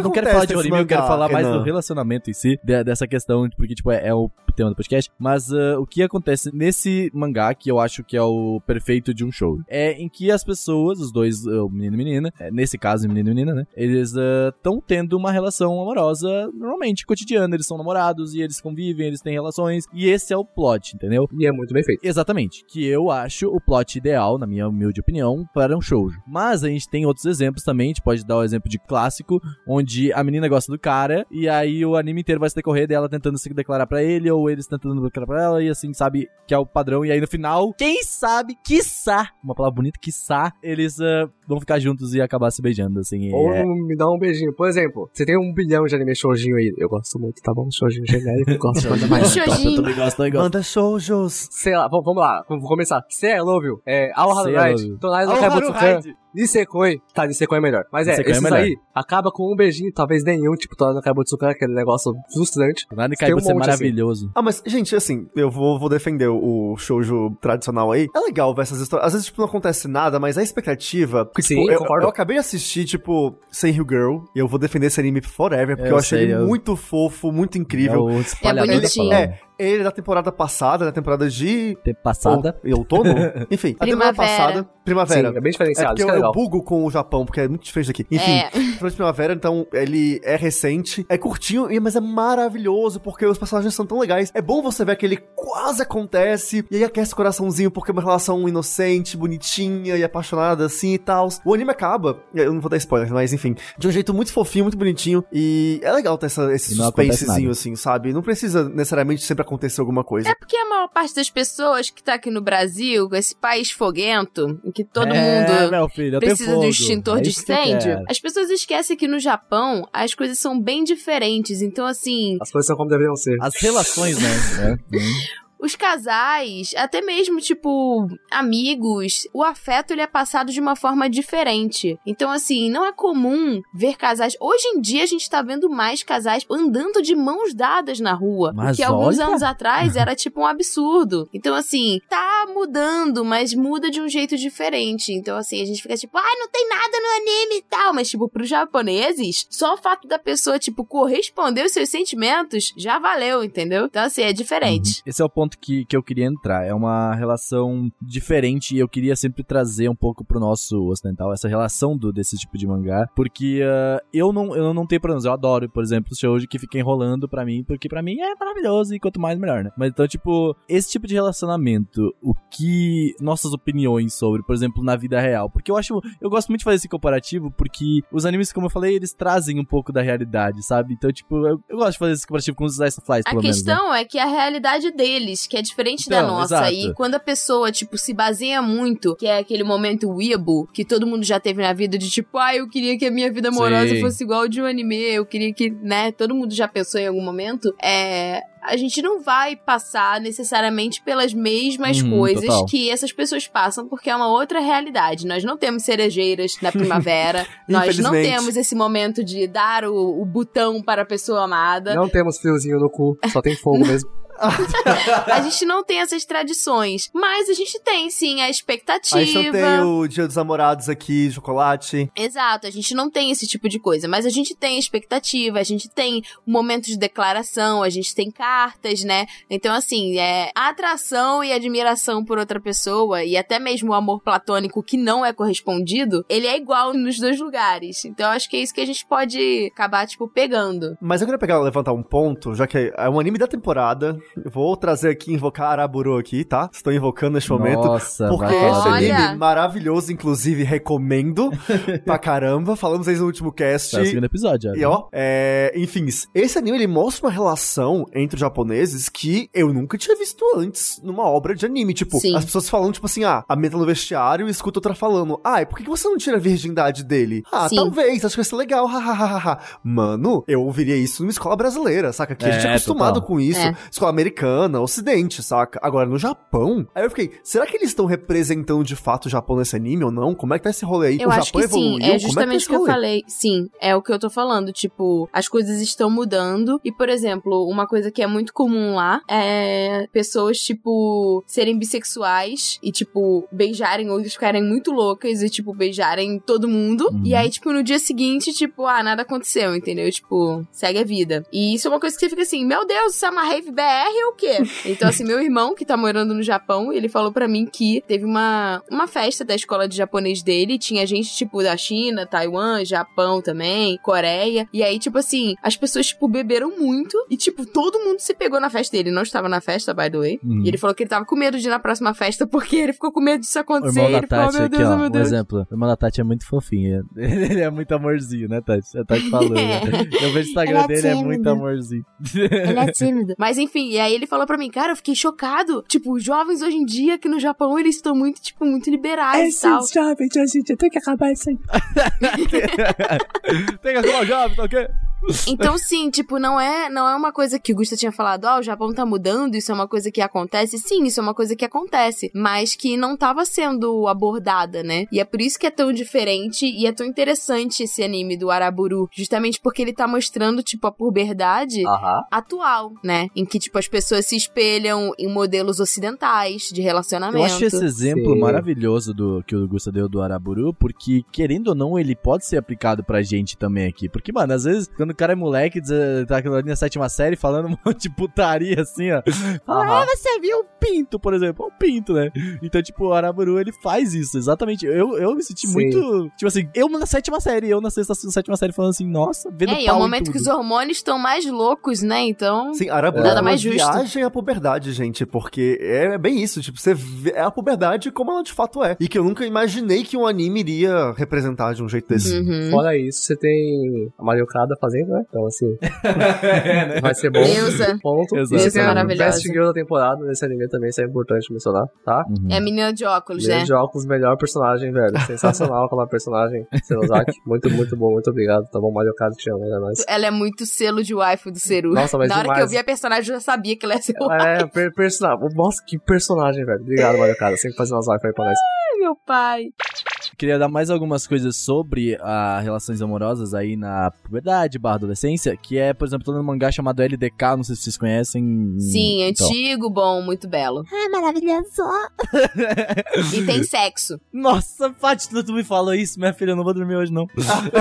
não quero falar de anime, eu quero falar mais Renan? do relacionamento em si, dessa questão, porque, tipo, é o tema do podcast. Mas o que acontece nesse mangá, que eu acho que é o perfeito de um show, é em que as pessoas, os dois, o menino e menina, nesse caso, menino e menina, né? Eles estão tendo uma relação amorosa normalmente, cotidiana. Eles são namorados e eles convivem, eles têm relações. E esse é o plot, entendeu? E é muito bem feito. Exatamente. Que eu acho o plot ideal, na minha humilde opinião, para um shoujo. Mas a gente tem outros exemplos também. A gente pode dar o exemplo de clássico, onde a menina gosta do cara, e aí o anime inteiro vai se decorrer dela tentando se declarar pra ele, ou eles tentando declarar pra ela, e assim, sabe, que é o padrão. E aí no final, quem sabe, quiçá, uma palavra bonita, quiçá, eles vão ficar juntos e acabar se beijando, assim. Ou me dá um beijinho. Por exemplo, você tem 1 bilhão de anime shoujinho aí. Eu gosto muito, tá bom? Shoujinho genérico, eu gosto muito mais. Eu também gosto, Manda shoujos. Sei lá, vamos lá, vamos começar. Say I Love You, Aoharu Ride, Tonari no Kaibutsukan, Nisekoi. Tá, Nisekoi é melhor. Mas Nisekoi esses melhor. aí, acaba com um beijinho, talvez nenhum, tipo, Tonari no Kaibutsukan, aquele negócio frustrante. Nani Tem um Kaibutsu é monte, maravilhoso. Ah, mas, gente, assim, eu vou defender o shoujo tradicional aí. É legal ver essas histórias. Às vezes, tipo, não acontece nada, mas a expectativa... Porque, Sim, tipo, concordo. eu acabei de assistir, tipo, Seiyu Girl, e eu vou defender esse anime forever, porque Eu eu achei sei, ele muito fofo, muito incrível. É o espalhador bonitinho. da palavra. Ele é da temporada passada, da temporada de... Tempo passada. Outono? Enfim, a temporada Primavera. passada. Primavera. Sim, é bem diferenciado, porque isso que é eu legal. bugo com o Japão, porque é muito diferente daqui. Enfim, temporada de primavera, então ele é recente, é curtinho, mas é maravilhoso, porque os personagens são tão legais. É bom você ver que ele quase acontece, e aí aquece o coraçãozinho, porque é uma relação inocente, bonitinha e apaixonada, assim, e tal. O anime acaba, eu não vou dar spoiler, mas enfim, de um jeito muito fofinho, muito bonitinho, e é legal ter esse E não acontece suspensezinho, nada. assim, sabe? Não precisa necessariamente sempre acontecer alguma coisa. É porque a maior parte das pessoas que tá aqui no Brasil, esse país foguento, em que todo mundo meu filho, eu tenho precisa de um fogo. extintor É de isso que eu incêndio, quero. as pessoas esquecem que no Japão as coisas são bem diferentes. Então, assim, As coisas são como deveriam ser. As relações, né? os casais, até mesmo, tipo, amigos, o afeto, ele é passado de uma forma diferente. Então, assim, não é comum ver casais... Hoje em dia, a gente tá vendo mais casais andando de mãos dadas na rua. Mas Porque alguns olha! anos atrás era, tipo, um absurdo. Então, assim, tá mudando, mas muda de um jeito diferente. Então, assim, a gente fica tipo, ai, não tem nada no anime e tal. Mas, tipo, pros japoneses, só o fato da pessoa, tipo, corresponder aos seus sentimentos já valeu, entendeu? Então, assim, é diferente. Esse é o ponto que eu queria entrar. É uma relação diferente e eu queria sempre trazer um pouco pro nosso ocidental essa relação desse tipo de mangá, porque eu não tenho problemas. Eu adoro, por exemplo, o shoujo que fica enrolando pra mim, porque pra mim é maravilhoso e quanto mais melhor, né? Mas então, tipo, esse tipo de relacionamento, o que nossas opiniões sobre, por exemplo, na vida real, porque eu gosto muito de fazer esse comparativo, porque os animes, como eu falei, eles trazem um pouco da realidade, sabe? Então, tipo, eu gosto de fazer esse comparativo com os Slice of Life, A pelo menos, né? questão é que a realidade deles, que é diferente da Então, nossa, exato. e quando a pessoa, tipo, se baseia muito, que é aquele momento weeaboo, que todo mundo já teve na vida de tipo, eu queria que a minha vida amorosa Sim. fosse igual de um anime, eu queria que, né, todo mundo já pensou em algum momento, a gente não vai passar necessariamente pelas mesmas coisas total. que essas pessoas passam, porque é uma outra realidade. Nós não temos cerejeiras na primavera, nós não Infelizmente. temos esse momento de dar o botão para a pessoa amada. Não temos friozinho no cu, só tem fogo mesmo. A gente não tem essas tradições, mas a gente tem, sim, a expectativa. A gente não tem o Dia dos Namorados aqui, chocolate. Exato, a gente não tem esse tipo de coisa, mas a gente tem expectativa, a gente tem um momento de declaração, a gente tem cartas, né? Então, assim, a atração e admiração por outra pessoa, e até mesmo o amor platônico que não é correspondido, ele é igual nos dois lugares. Então, eu acho que é isso que a gente pode acabar, tipo, pegando. Mas eu queria levantar um ponto, já que é um anime da temporada. Eu vou trazer aqui, invocar Araburu aqui, tá? Estou invocando neste momento. Nossa, porque vai esse falar dele. anime maravilhoso, inclusive, recomendo pra caramba. Falamos aí no último cast. É o segundo episódio, já, E ó, enfim, esse anime ele mostra uma relação entre os japoneses que eu nunca tinha visto antes numa obra de anime. Tipo, Sim. as pessoas falando, tipo assim, a menina tá no vestiário e escuta outra falando, e por que você não tira a virgindade dele? Sim. Talvez, acho que vai ser legal, hahaha. Mano, eu ouviria isso numa escola brasileira, saca? Que a gente é acostumado total. com isso. É. Escola americana, ocidente, saca? Agora, no Japão, aí eu fiquei, será que eles estão representando de fato o Japão nesse anime ou não? Como é que tá esse rolê aí? Eu o acho Japão que sim, evoluiu? é justamente o que eu falei. Sim, é o que eu tô falando, tipo, as coisas estão mudando e, por exemplo, uma coisa que é muito comum lá é pessoas, tipo, serem bissexuais e, tipo, beijarem ou ficarem muito loucas e, tipo, beijarem todo mundo. E aí, tipo, no dia seguinte, tipo, nada aconteceu, entendeu? Tipo, segue a vida. E isso é uma coisa que você fica assim, meu Deus, isso é uma rave BR ou o quê? Então, assim, meu irmão, que tá morando no Japão, ele falou pra mim que teve uma festa da escola de japonês dele, tinha gente, tipo, da China, Taiwan, Japão também, Coreia, e aí, tipo assim, as pessoas, tipo, beberam muito e, tipo, todo mundo se pegou na festa. Ele não estava na festa, by the way, e ele falou que ele tava com medo de ir na próxima festa porque ele ficou com medo disso acontecer. O irmão ele da Tati ficou, meu Deus, aqui, ó, meu Deus. Um exemplo, o irmão da Tati é muito fofinho, ele é muito amorzinho, né, Tati? A Tati falou, né? Eu vejo o Instagram dele, é muito amorzinho. Ele é tímido. Mas enfim, e aí ele falou pra mim, cara, eu fiquei chocado. Tipo, os jovens hoje em dia aqui no Japão, eles estão muito, tipo, muito liberais e tal. Esses jovens hoje em dia tem que acabar isso aí. Tem que acabar jovem, tá ok? Então, sim, tipo, não é uma coisa que o Gusta tinha falado, o Japão tá mudando, isso é uma coisa que acontece. Sim, isso é uma coisa que acontece, mas que não tava sendo abordada, né? E é por isso que é tão diferente e é tão interessante esse anime do Araburu, justamente porque ele tá mostrando, tipo, a puberdade atual, né? Em que, tipo, as pessoas se espelham em modelos ocidentais de relacionamento. Eu acho esse exemplo maravilhoso que o Gusta deu do Araburu, porque, querendo ou não, ele pode ser aplicado pra gente também aqui. Porque, mano, às vezes, quando o cara é moleque, tá ali na 7ª série falando um monte de putaria, assim, ó. Você viu o pinto, por exemplo. O pinto, né? Então, tipo, o Araburu, ele faz isso, exatamente. Eu me senti muito... Tipo assim, eu na 7ª série, eu na 7ª série falando assim, nossa, vendo pau e é o momento que os hormônios estão mais loucos, né? Então, sim, Araburu nada mais justo. Viagem à puberdade, gente, porque é bem isso, tipo, você vê a puberdade como ela de fato é. E que eu nunca imaginei que um anime iria representar de um jeito desse. Fora isso, você tem a Mario Kada fazendo, né? Então, assim, vai ser bom. Deusa. Ponto. Exato. E você tem a Maravilhosa. Best Girl da temporada nesse anime também, isso é importante mencionar, tá? É a menina de óculos, Menina né? de óculos, melhor personagem, velho. Sensacional aquela personagem, Senozaki. Muito, muito bom, muito obrigado. Tá bom, Mario Kada te amo, é nóis. Ela é muito selo de waifu do Seru. Nossa, mas na hora demais. que eu vi a personagem, eu já sabia que ela ia ser o Personagem. Nossa, que personagem, velho. Obrigado, Mario Kada. Sempre fazendo umas lives aí pra nós. Ai, meu pai. Queria dar mais algumas coisas sobre as relações amorosas aí na puberdade / adolescência, que é, por exemplo, tô no mangá chamado LDK, não sei se vocês conhecem. Sim, Então. antigo, bom, muito belo. Ai, maravilhoso. E tem sexo. Nossa, Paty, tu me falou isso, minha filha, eu não vou dormir hoje, não.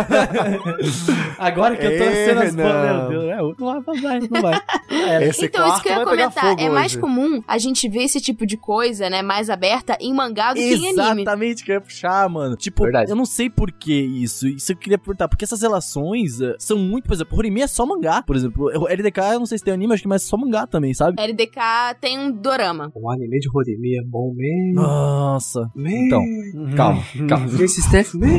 Agora que eu tô sendo as não. meu Deus, não vai. Esse Então, isso que eu ia quarto vai pegar comentar. fogo É mais hoje. comum a gente ver esse tipo de coisa, né, mais aberta em mangá do que em anime. Exatamente, que eu ia puxar, mano. Tipo, Verdade. eu não sei por que isso. Isso eu queria perguntar, porque essas relações são muito, por exemplo, Horimiya é só mangá, por exemplo. LDK, eu não sei se tem anime, acho que é mais só mangá também, sabe? LDK tem um dorama. O anime de Horimi é bom mesmo. Nossa. Man. Então, calma. Esse Steph, man.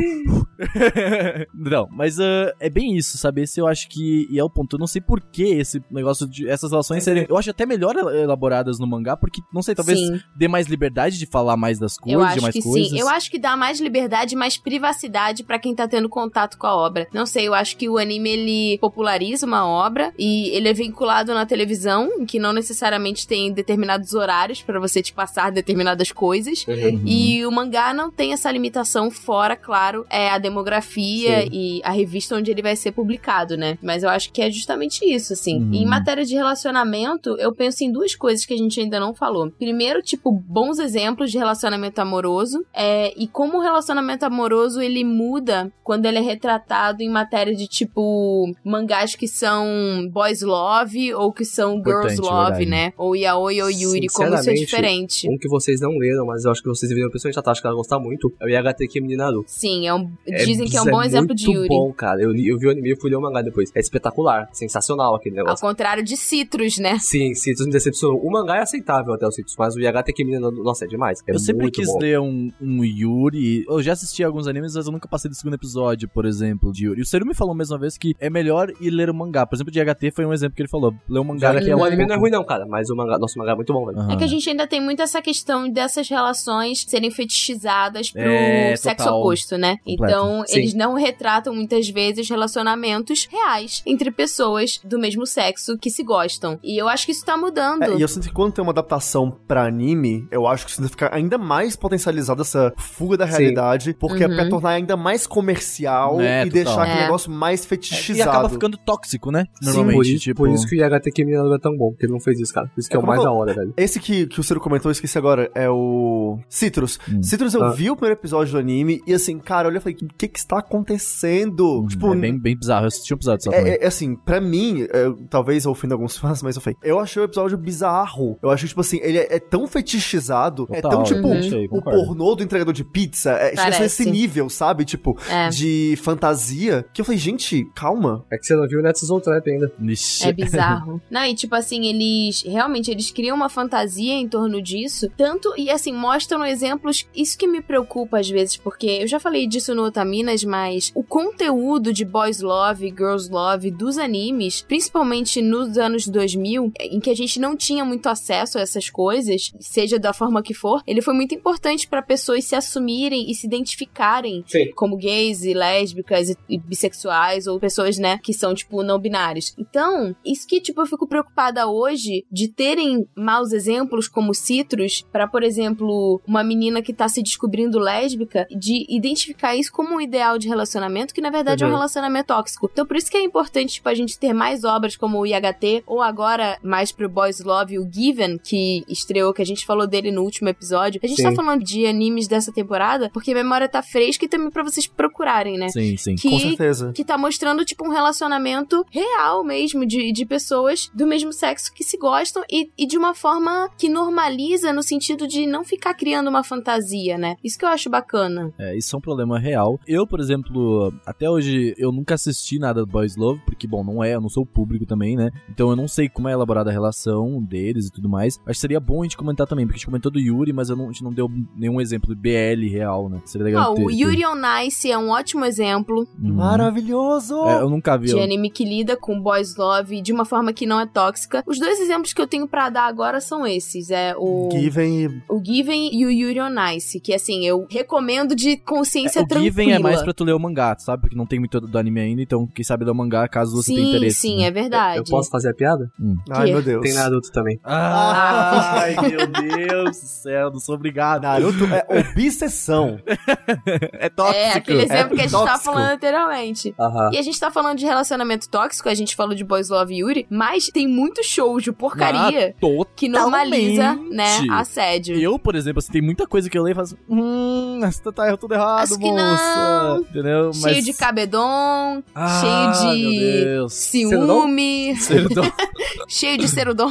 Não, mas é bem isso, sabe? Esse eu acho que e é o ponto. Eu não sei por que esse negócio de essas relações serem, eu acho até melhor elaboradas no mangá, porque, não sei, talvez Sim. dê mais liberdade de falar mais das coisas, Eu de acho mais que coisas. sim. Eu acho que dá mais liberdade, mais privacidade pra quem tá tendo contato com a obra. Não sei, eu acho que o anime, ele populariza uma obra e ele é vinculado na televisão, em que não necessariamente tem determinados horários pra você te passar determinadas coisas. E o mangá não tem essa limitação, fora, claro, a demografia e a revista onde ele vai ser publicado, né? Mas eu acho que é justamente isso, assim. E em matéria de relacionamento, eu penso em duas coisas que a gente ainda não falou. Primeiro, tipo, bons exemplos de relacionamento amoroso, e como o relacionamento amoroso, ele muda quando ele é retratado em matéria de, tipo, mangás que são boys love ou que são girls Importante, love, verdade. né? Ou yaoi ou yuri, como isso é Sinceramente, diferente. Um que vocês não leram, mas eu acho que vocês deveriam, principalmente a Tati, que ela gosta muito, é o Yagateki Minaru. Sim, dizem que é um bom exemplo de Yuri. É muito bom, cara. Eu vi o anime e fui ler o mangá depois. É espetacular, sensacional aquele Ao negócio. contrário de Citrus, né? Sim, Citrus me decepcionou. O mangá é aceitável até o Citrus, mas o Yagateki Minaru, nossa, é demais. É Eu sempre muito quis bom. ler um Yuri. eu já assisti alguns animes, mas eu nunca passei do segundo episódio, por exemplo, de Yuri. E o Seru me falou mesmo uma vez que é melhor ir ler o mangá. Por exemplo, de HT foi um exemplo que ele falou. Ler o mangá que o anime não é ruim não, cara, mas o mangá, nosso mangá é muito bom, velho. É que a gente ainda tem muito essa questão dessas relações serem fetichizadas pro sexo oposto, né? Completo. Então, eles não retratam muitas vezes relacionamentos reais entre pessoas do mesmo sexo que se gostam. E eu acho que isso tá mudando. E eu sinto que quando tem uma adaptação pra anime, eu acho que isso fica ainda mais potencializada essa fuga da realidade, porque é pra tornar ainda mais comercial e deixar aquele negócio mais fetichizado. E acaba ficando tóxico, né? Normalmente. Por isso que o IHT Kemina não é tão bom, porque ele não fez isso, cara. Por isso que é o mais da hora, velho. Esse que o Ciro comentou, eu esqueci agora, é o Citrus. Citrus, eu vi o primeiro episódio do anime e assim, cara, olha, eu falei, o que está acontecendo? Tipo, é bem bizarro, eu assisti um episódio só também. Assim, pra mim, talvez eu ofenda alguns fãs, mas eu falei, eu achei o episódio bizarro. Eu achei, tipo assim, ele é tão fetichizado, total, é tão, tipo, o pornô do entregador de pizza, chega a ser esse nível, sabe? Tipo, de fantasia, que eu falei, gente, calma. É que você não viu o Netsuzo Trap ainda. É bizarro. Não, e tipo assim, eles criam uma fantasia em torno disso, tanto, e assim, mostram exemplos, isso que me preocupa às vezes, porque eu já falei disso no Otaminas, mas o conteúdo de Boys Love, Girls Love dos animes, principalmente nos anos 2000, em que a gente não tinha muito acesso a essas coisas, seja da forma que for, ele foi muito importante pra pessoas se assumirem e se identificarem como gays e lésbicas e bissexuais, ou pessoas, né, que são, tipo, não binários. Então, isso que, tipo, eu fico preocupada hoje de terem maus exemplos como Citrus pra, por exemplo, uma menina que tá se descobrindo lésbica, de identificar isso como um ideal de relacionamento, que na verdade é um relacionamento tóxico. Então, por isso que é importante, tipo, a gente ter mais obras como o IHT, ou agora, mais pro Boys Love, o Given, que estreou, que a gente falou dele no último episódio. A gente tá falando de animes dessa temporada, porque a memória tá fresca e também pra vocês procurarem, né? Sim, com certeza. Que tá mostrando, tipo, um relacionamento real mesmo, de pessoas do mesmo sexo que se gostam e de uma forma que normaliza no sentido de não ficar criando uma fantasia, né? Isso que eu acho bacana. Isso é um problema real. Eu, por exemplo, até hoje, eu nunca assisti nada do Boys Love, porque, bom, eu não sou o público também, né? Então eu não sei como é elaborada a relação deles e tudo mais. Acho que seria bom a gente comentar também, porque a gente comentou do Yuri, mas a gente não deu nenhum exemplo de BL real, né? Seria legal ter. O Yuri on Ice é um ótimo exemplo. Maravilhoso! Eu nunca vi. De anime que lida com Boys Love de uma forma que não é tóxica. Os dois exemplos que eu tenho pra dar agora são esses. O Given e o Yuri on Ice, que assim, eu recomendo de consciência tranquila. O Given é mais pra tu ler o mangá, sabe? Porque não tem muito do anime ainda, então quem sabe ler o mangá caso você tenha interesse. Sim, né? é verdade. Eu posso fazer a piada? Ai, meu Deus. Tem Naruto também. Ai, meu Deus do céu, não sou obrigado. Naruto é obsessão. É tóxico. É aquele exemplo que a gente tava tóxico. falando anteriormente. E a gente tá falando de relacionamento tóxico, a gente falou de Boys Love e Yuri, mas tem muitos shows de porcaria que normaliza, né, assédio. Eu, por exemplo, assim, tem muita coisa que eu leio e falo assim, você tá tudo errado, Acho que moça. não. Entendeu? Cheio de cabedon, cheio de ciúme, cheio de serudon.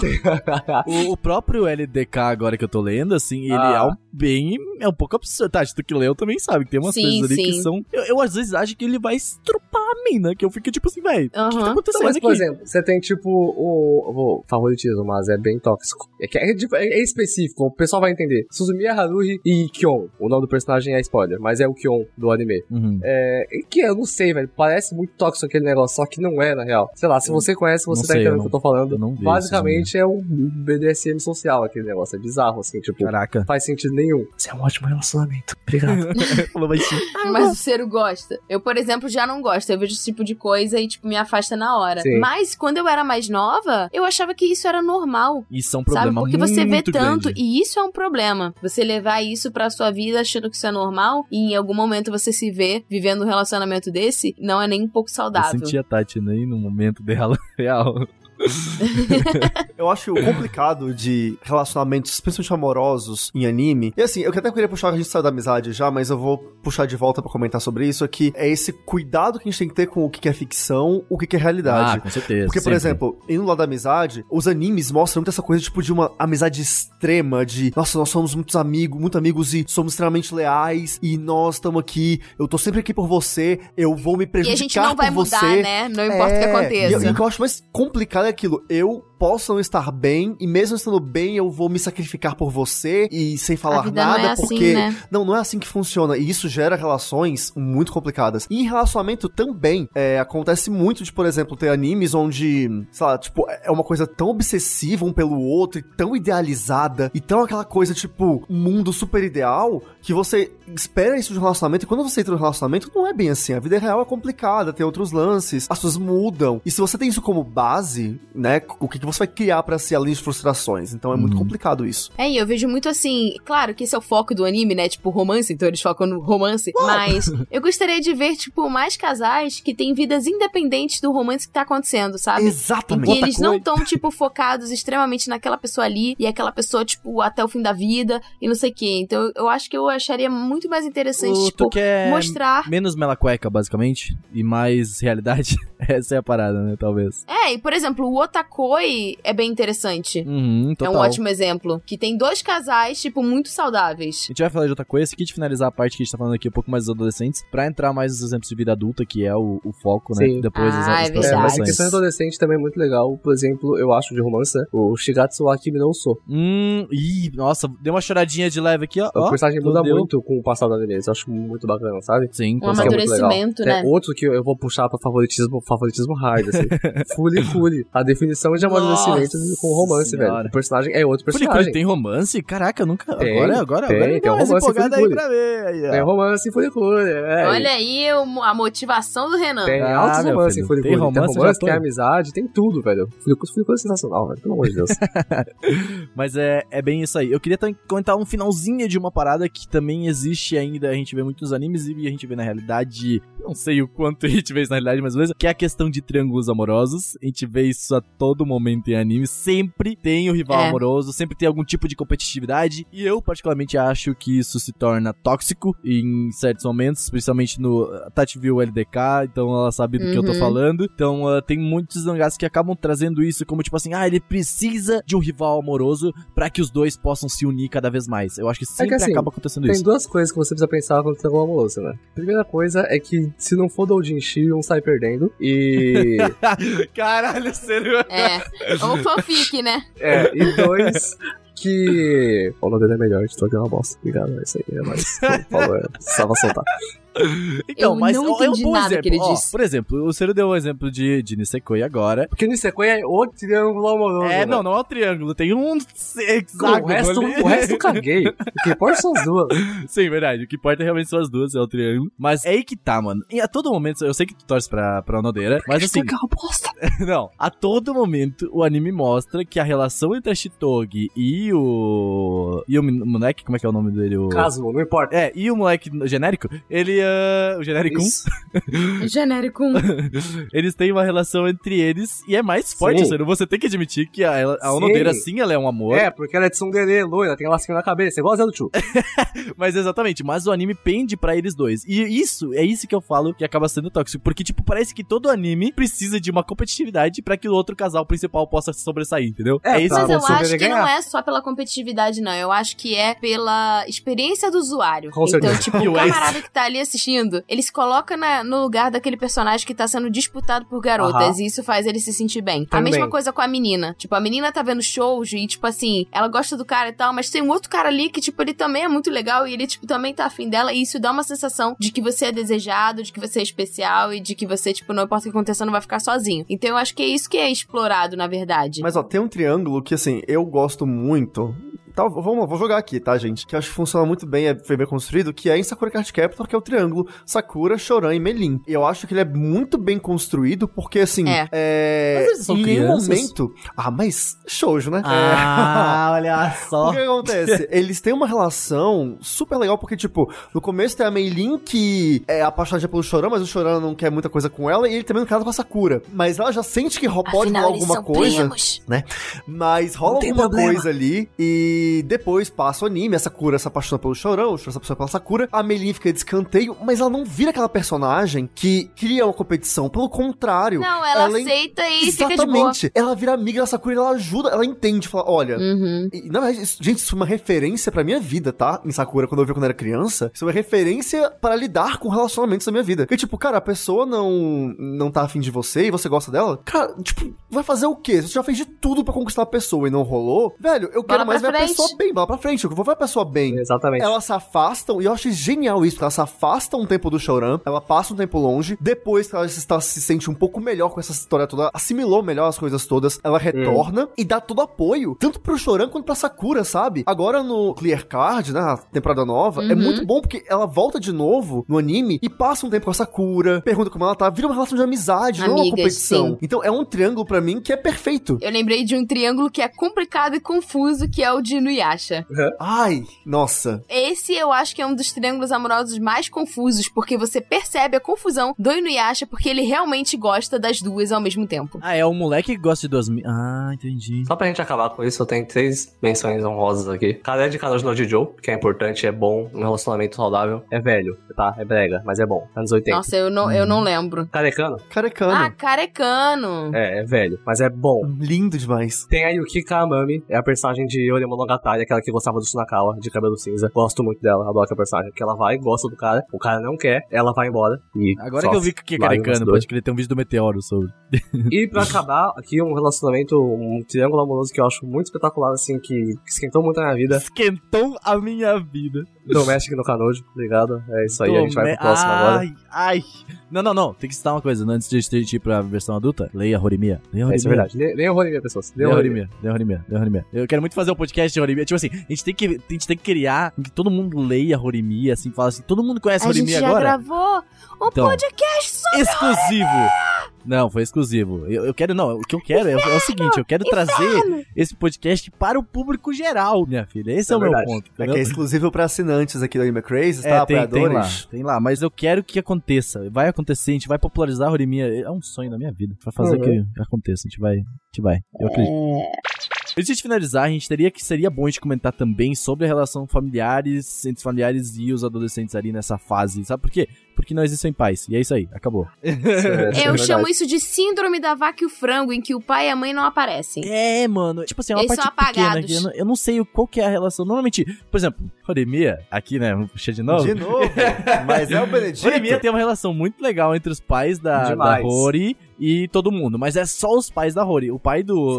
O próprio LDK agora que eu tô lendo, assim, ele é um pouco absurdo. Tá, tu que leu também sabe que tem umas coisas ali que são... Eu às vezes acho que ele vai estrupar a mina, que eu fico tipo assim, velho, o que tá acontecendo mas, aqui? por exemplo, você tem tipo o favoritismo, mas é bem tóxico. É específico, o pessoal vai entender. Suzumiya Haruhi e Kyon. O nome do personagem é spoiler, mas é o Kyon do anime. Que eu não sei, velho, parece muito tóxico aquele negócio, só que não é, na real. Sei lá, se você conhece, você tá entendendo o que eu tô falando. Basicamente é um BDSM social aquele negócio, é bizarro, assim, tipo, caraca, faz sentido nenhum. Isso é um ótimo relacionamento. Obrigado. Mas o Ciro gosta. Eu, por exemplo, já não gosto. Eu vejo esse tipo de coisa e, tipo, me afasta na hora. Sim. Mas, quando eu era mais nova, eu achava que isso era normal. Isso é um problema muito grande. Porque você vê tanto, grande. E isso é um problema. Você levar isso pra sua vida achando que isso é normal, e em algum momento você se vê vivendo um relacionamento desse, não é nem um pouco saudável. Eu senti a Tati aí no momento dela real. Eu acho complicado de relacionamentos, principalmente amorosos, em anime. E assim, eu até queria puxar, a gente saiu da amizade já, mas eu vou puxar de volta pra comentar sobre isso aqui. É esse cuidado que a gente tem que ter com o que é ficção, o que é realidade. Com certeza. Porque, por exemplo, indo lá da amizade, os animes mostram muito essa coisa, tipo, de uma amizade extrema, de, nossa, nós somos muito amigos e somos extremamente leais, e nós estamos aqui, eu tô sempre aqui por você, eu vou me prejudicar por você. E a gente não vai mudar, né? Não importa o que aconteça. E o que eu acho mais complicado é aquilo, eu posso não estar bem, e mesmo estando bem, eu vou me sacrificar por você, e sem falar nada, não é porque... Assim, né? Não é assim que funciona, e isso gera relações muito complicadas. E em relacionamento também, acontece muito de, por exemplo, ter animes onde, sei lá, tipo, é uma coisa tão obsessiva um pelo outro, e tão idealizada, e tão aquela coisa, tipo, mundo super ideal, que você espera isso de um relacionamento, e quando você entra no relacionamento, não é bem assim. A vida real é complicada, tem outros lances, as coisas mudam. E se você tem isso como base, né, o que você vai criar pra si além de frustrações? Então é muito complicado isso. E eu vejo muito assim, claro que esse é o foco do anime, né, tipo romance, então eles focam no romance, mas eu gostaria de ver, tipo, mais casais que têm vidas independentes do romance que tá acontecendo, sabe? Exatamente. Em que eles não estão, tipo, focados extremamente naquela pessoa ali, e aquela pessoa, tipo, até o fim da vida, e não sei o quê. Então eu acho que eu acharia muito mais interessante, tipo, mostrar... menos mela cueca, basicamente, e mais realidade. Essa é a parada, né, talvez. E por exemplo, o Otakoi é bem interessante. Total. É um ótimo exemplo. Que tem 2 casais, tipo, muito saudáveis. A gente vai falar de outra coisa, aqui de finalizar a parte que a gente tá falando aqui um pouco mais dos adolescentes, pra entrar mais nos exemplos de vida adulta, que é o foco, né? Sim. Depois é verdade. Mas a questão de adolescente também é muito legal. Por exemplo, eu acho de romance, né? O Shigatsu wa Kimi no Sou. Nossa, deu uma choradinha de leve aqui, ó. O personagem muda muito com o passar do anime. Eu acho muito bacana, sabe? Sim. Um amadurecimento, né? Outro que eu vou puxar pra favoritismo hard, assim. Fuli. A definição de amadurecimento com romance, velho. O personagem é outro personagem. Fuli tem romance? Caraca, eu nunca... Tem, agora tem um romance empolgado aí pra ver. Aí, tem romance em Fuli. Olha aí a motivação do Renan. Tem altos romances em Fuli. Tem romance, tem amizade, tem tudo, velho. Fuli é sensacional, velho. Pelo amor de Deus. Mas é bem isso aí. Eu queria também comentar um finalzinho de uma parada que também existe ainda, a gente vê muitos animes e a gente vê na realidade, não sei o quanto a gente vê isso na realidade, mais ou menos, que é a questão de triângulos amorosos. A gente vê isso a todo momento em anime, sempre tem o rival amoroso, sempre tem algum tipo de competitividade, e eu particularmente acho que isso se torna tóxico em certos momentos, principalmente no... A Tati viu o LDK, então ela sabe do que eu tô falando, então tem muitos mangás que acabam trazendo isso como tipo assim, ele precisa de um rival amoroso pra que os dois possam se unir cada vez mais. Eu acho que sempre acaba acontecendo isso. Tem 2 coisas que você precisa pensar quando tem alguma amorosa, né? Primeira coisa é que se não for Doujin Shion, sai perdendo. E... Caralho, sério? Ou fanfic, né? E 2... que... O nome dele é melhor, estou aqui uma bosta. Obrigado, é isso aí. É mais... Precisava soltar. Então, eu mas não entendi nada exemplo, que ele disse. Por exemplo, o Ciro deu um exemplo de Nisekoi agora. Porque Nisekoi é o triângulo amoroso. Não é o triângulo, tem um hexágono. O resto eu caguei. O que importa são as duas. Sim, verdade. O que importa realmente são as duas, é o triângulo. Mas é aí que tá, mano. E a todo momento, eu sei que tu torce pra Onodeira, mas assim... Não, a todo momento o anime mostra que a relação entre a Shitogi e o moleque, como é que é o nome dele? Kazuo, não importa. E o moleque genérico, ele o genérico. O genérico. Eles têm uma relação entre eles e é mais forte, sério. Você tem que admitir que a Onodeira, sim, ela é um amor. Porque ela é de tsundere, loira, tem lacinho na cabeça, igual a Zé do Chu. Mas exatamente, mas o anime pende pra eles dois. E é isso que eu falo que acaba sendo tóxico. Porque, tipo, parece que todo anime precisa de uma competitividade pra que o outro casal principal possa sobressair, entendeu? Mas eu acho que não é só pela competitividade, não. Eu acho que é pela experiência do usuário. Então, tipo, o camarada que tá ali assistindo, ele se coloca no lugar daquele personagem que tá sendo disputado por garotas, e isso faz ele se sentir bem. A mesma coisa com a menina. Tipo, a menina tá vendo shoujo e, tipo assim, ela gosta do cara e tal, mas tem um outro cara ali que, tipo, ele também é muito legal e ele, tipo, também tá afim dela, e isso dá uma sensação de que você é desejado, de que você é especial e de que você, tipo, não importa o que aconteça, não vai ficar sozinho. Então eu acho que é isso que é explorado, na verdade. Mas, tem um triângulo que, assim, eu gosto muito... Tá, vou jogar aqui, tá, gente? Que eu acho que funciona muito bem, foi bem construído, que é em Sakura Card Captor, que é o triângulo Sakura, Choran e Meilin. E eu acho que ele é muito bem construído, porque, assim... Mas eles são em crianças. nenhum momento... mas shoujo, né? Olha só. O que acontece? Eles têm uma relação super legal, porque, tipo, no começo tem a Meilin, que é apaixonada pelo Choran, mas o Choran não quer muita coisa com ela, e ele também não casa com a Sakura. Mas ela já sente que pode rolar alguma coisa, primos. né? Mas rola alguma coisa ali, e E depois passa o anime, a Sakura se apaixona pelo Chorão, o Chorão se apaixona pela Sakura, a Meilin fica de escanteio, mas ela não vira aquela personagem que cria uma competição. Pelo contrário. Não, ela aceita e fica de boa. Exatamente. Ela vira amiga da Sakura e ela ajuda, ela entende, fala, olha... E, na verdade, gente, isso foi uma referência pra minha vida, tá? Em Sakura, quando eu vi quando eu era criança. Isso é uma referência para lidar com relacionamentos da minha vida. Porque, tipo, cara, a pessoa não tá afim de você e você gosta dela, cara, tipo, vai fazer o quê? Você já fez de tudo pra conquistar a pessoa e não rolou? Velho, eu quero mais ver a pessoa bem, bola pra frente. Eu vou ver a pessoa bem. Exatamente. Elas se afastam, e eu achei genial isso, porque elas se afastam um tempo do Choran, ela passa um tempo longe, depois que ela se sente um pouco melhor com essa história toda, assimilou melhor as coisas todas, ela retorna e dá todo apoio, tanto pro Choran quanto pra Sakura, sabe? Agora no Clear Card, né, a temporada nova, é muito bom porque ela volta de novo no anime e passa um tempo com a Sakura, pergunta como ela tá, vira uma relação de amizade, não uma competição. Sim. Então é um triângulo pra mim que é perfeito. Eu lembrei de um triângulo que é complicado e confuso, que é o de Inuyasha. Ai, nossa. Esse eu acho que é um dos triângulos amorosos mais confusos, porque você percebe a confusão do Inuyasha, porque ele realmente gosta das duas ao mesmo tempo. Ah, é o moleque que gosta de duas... Ah, entendi. Só pra gente acabar com isso, eu tenho 3 menções honrosas aqui. Cadê de Kadoji no Jojo, que é importante, é bom, um relacionamento saudável. É velho, tá? É brega, mas é bom. Anos 80. Nossa, eu não lembro. Carecano? Carecano. Ah, Carecano. É velho, mas é bom. Lindo demais. Tem a Yuki Kamami, é a personagem de Yori Monogatari, aquela que gostava do Tsunakawa, de cabelo cinza. Gosto muito dela, adoro aquela personagem. Porque ela vai, gosta do cara, o cara não quer, ela vai embora e agora que eu vi que é Carecano, pode querer ter um vídeo do Meteoro sobre. E pra acabar, aqui um relacionamento, um triângulo amoroso que eu acho muito espetacular, assim, que esquentou muito a minha vida. Esquentou a minha vida. Domestic no Kanojo, obrigado. É isso aí, a gente vai pro próximo agora. Ai. Não. Tem que citar uma coisa. Antes de a gente ir pra versão adulta, leia Horimiya. É isso, é verdade. Leia Horimiya, pessoas. Leia Horimiya. Eu quero muito fazer um podcast de Horimiya. Tipo assim, a gente tem que criar que todo mundo leia Horimiya, assim, fala assim, todo mundo conhece Horimiya agora? A gente já gravou um podcast sobre exclusivo. Não, foi exclusivo. O que eu quero é o seguinte, eu quero trazer esse podcast para o público geral, minha filha. Esse é o meu ponto. É que é exclusivo para assinantes aqui da Anime Crazy, tá? Apoiadores. Tem lá, mas eu quero que aconteça. Vai acontecer, a gente vai popularizar a Horimiya. É um sonho da minha vida. Vai fazer que aconteça, a gente vai. Eu acredito. Antes de finalizar, a gente seria bom a gente comentar também sobre a relação familiares, entre os familiares e os adolescentes ali nessa fase, sabe por quê? Porque não existem pais, e é isso aí, acabou. Eu chamo isso de síndrome da vaca e o frango, em que o pai e a mãe não aparecem. É, mano, tipo assim, é uma eles parte são apagados. pequena, eu não sei qual que é a relação, normalmente, por exemplo, Horimiya, aqui, né, vamos puxar de novo? De novo, mas é o Benedito. Horimiya tem uma relação muito legal entre os pais da Hori e todo mundo, mas é só os pais da Hori. O pai do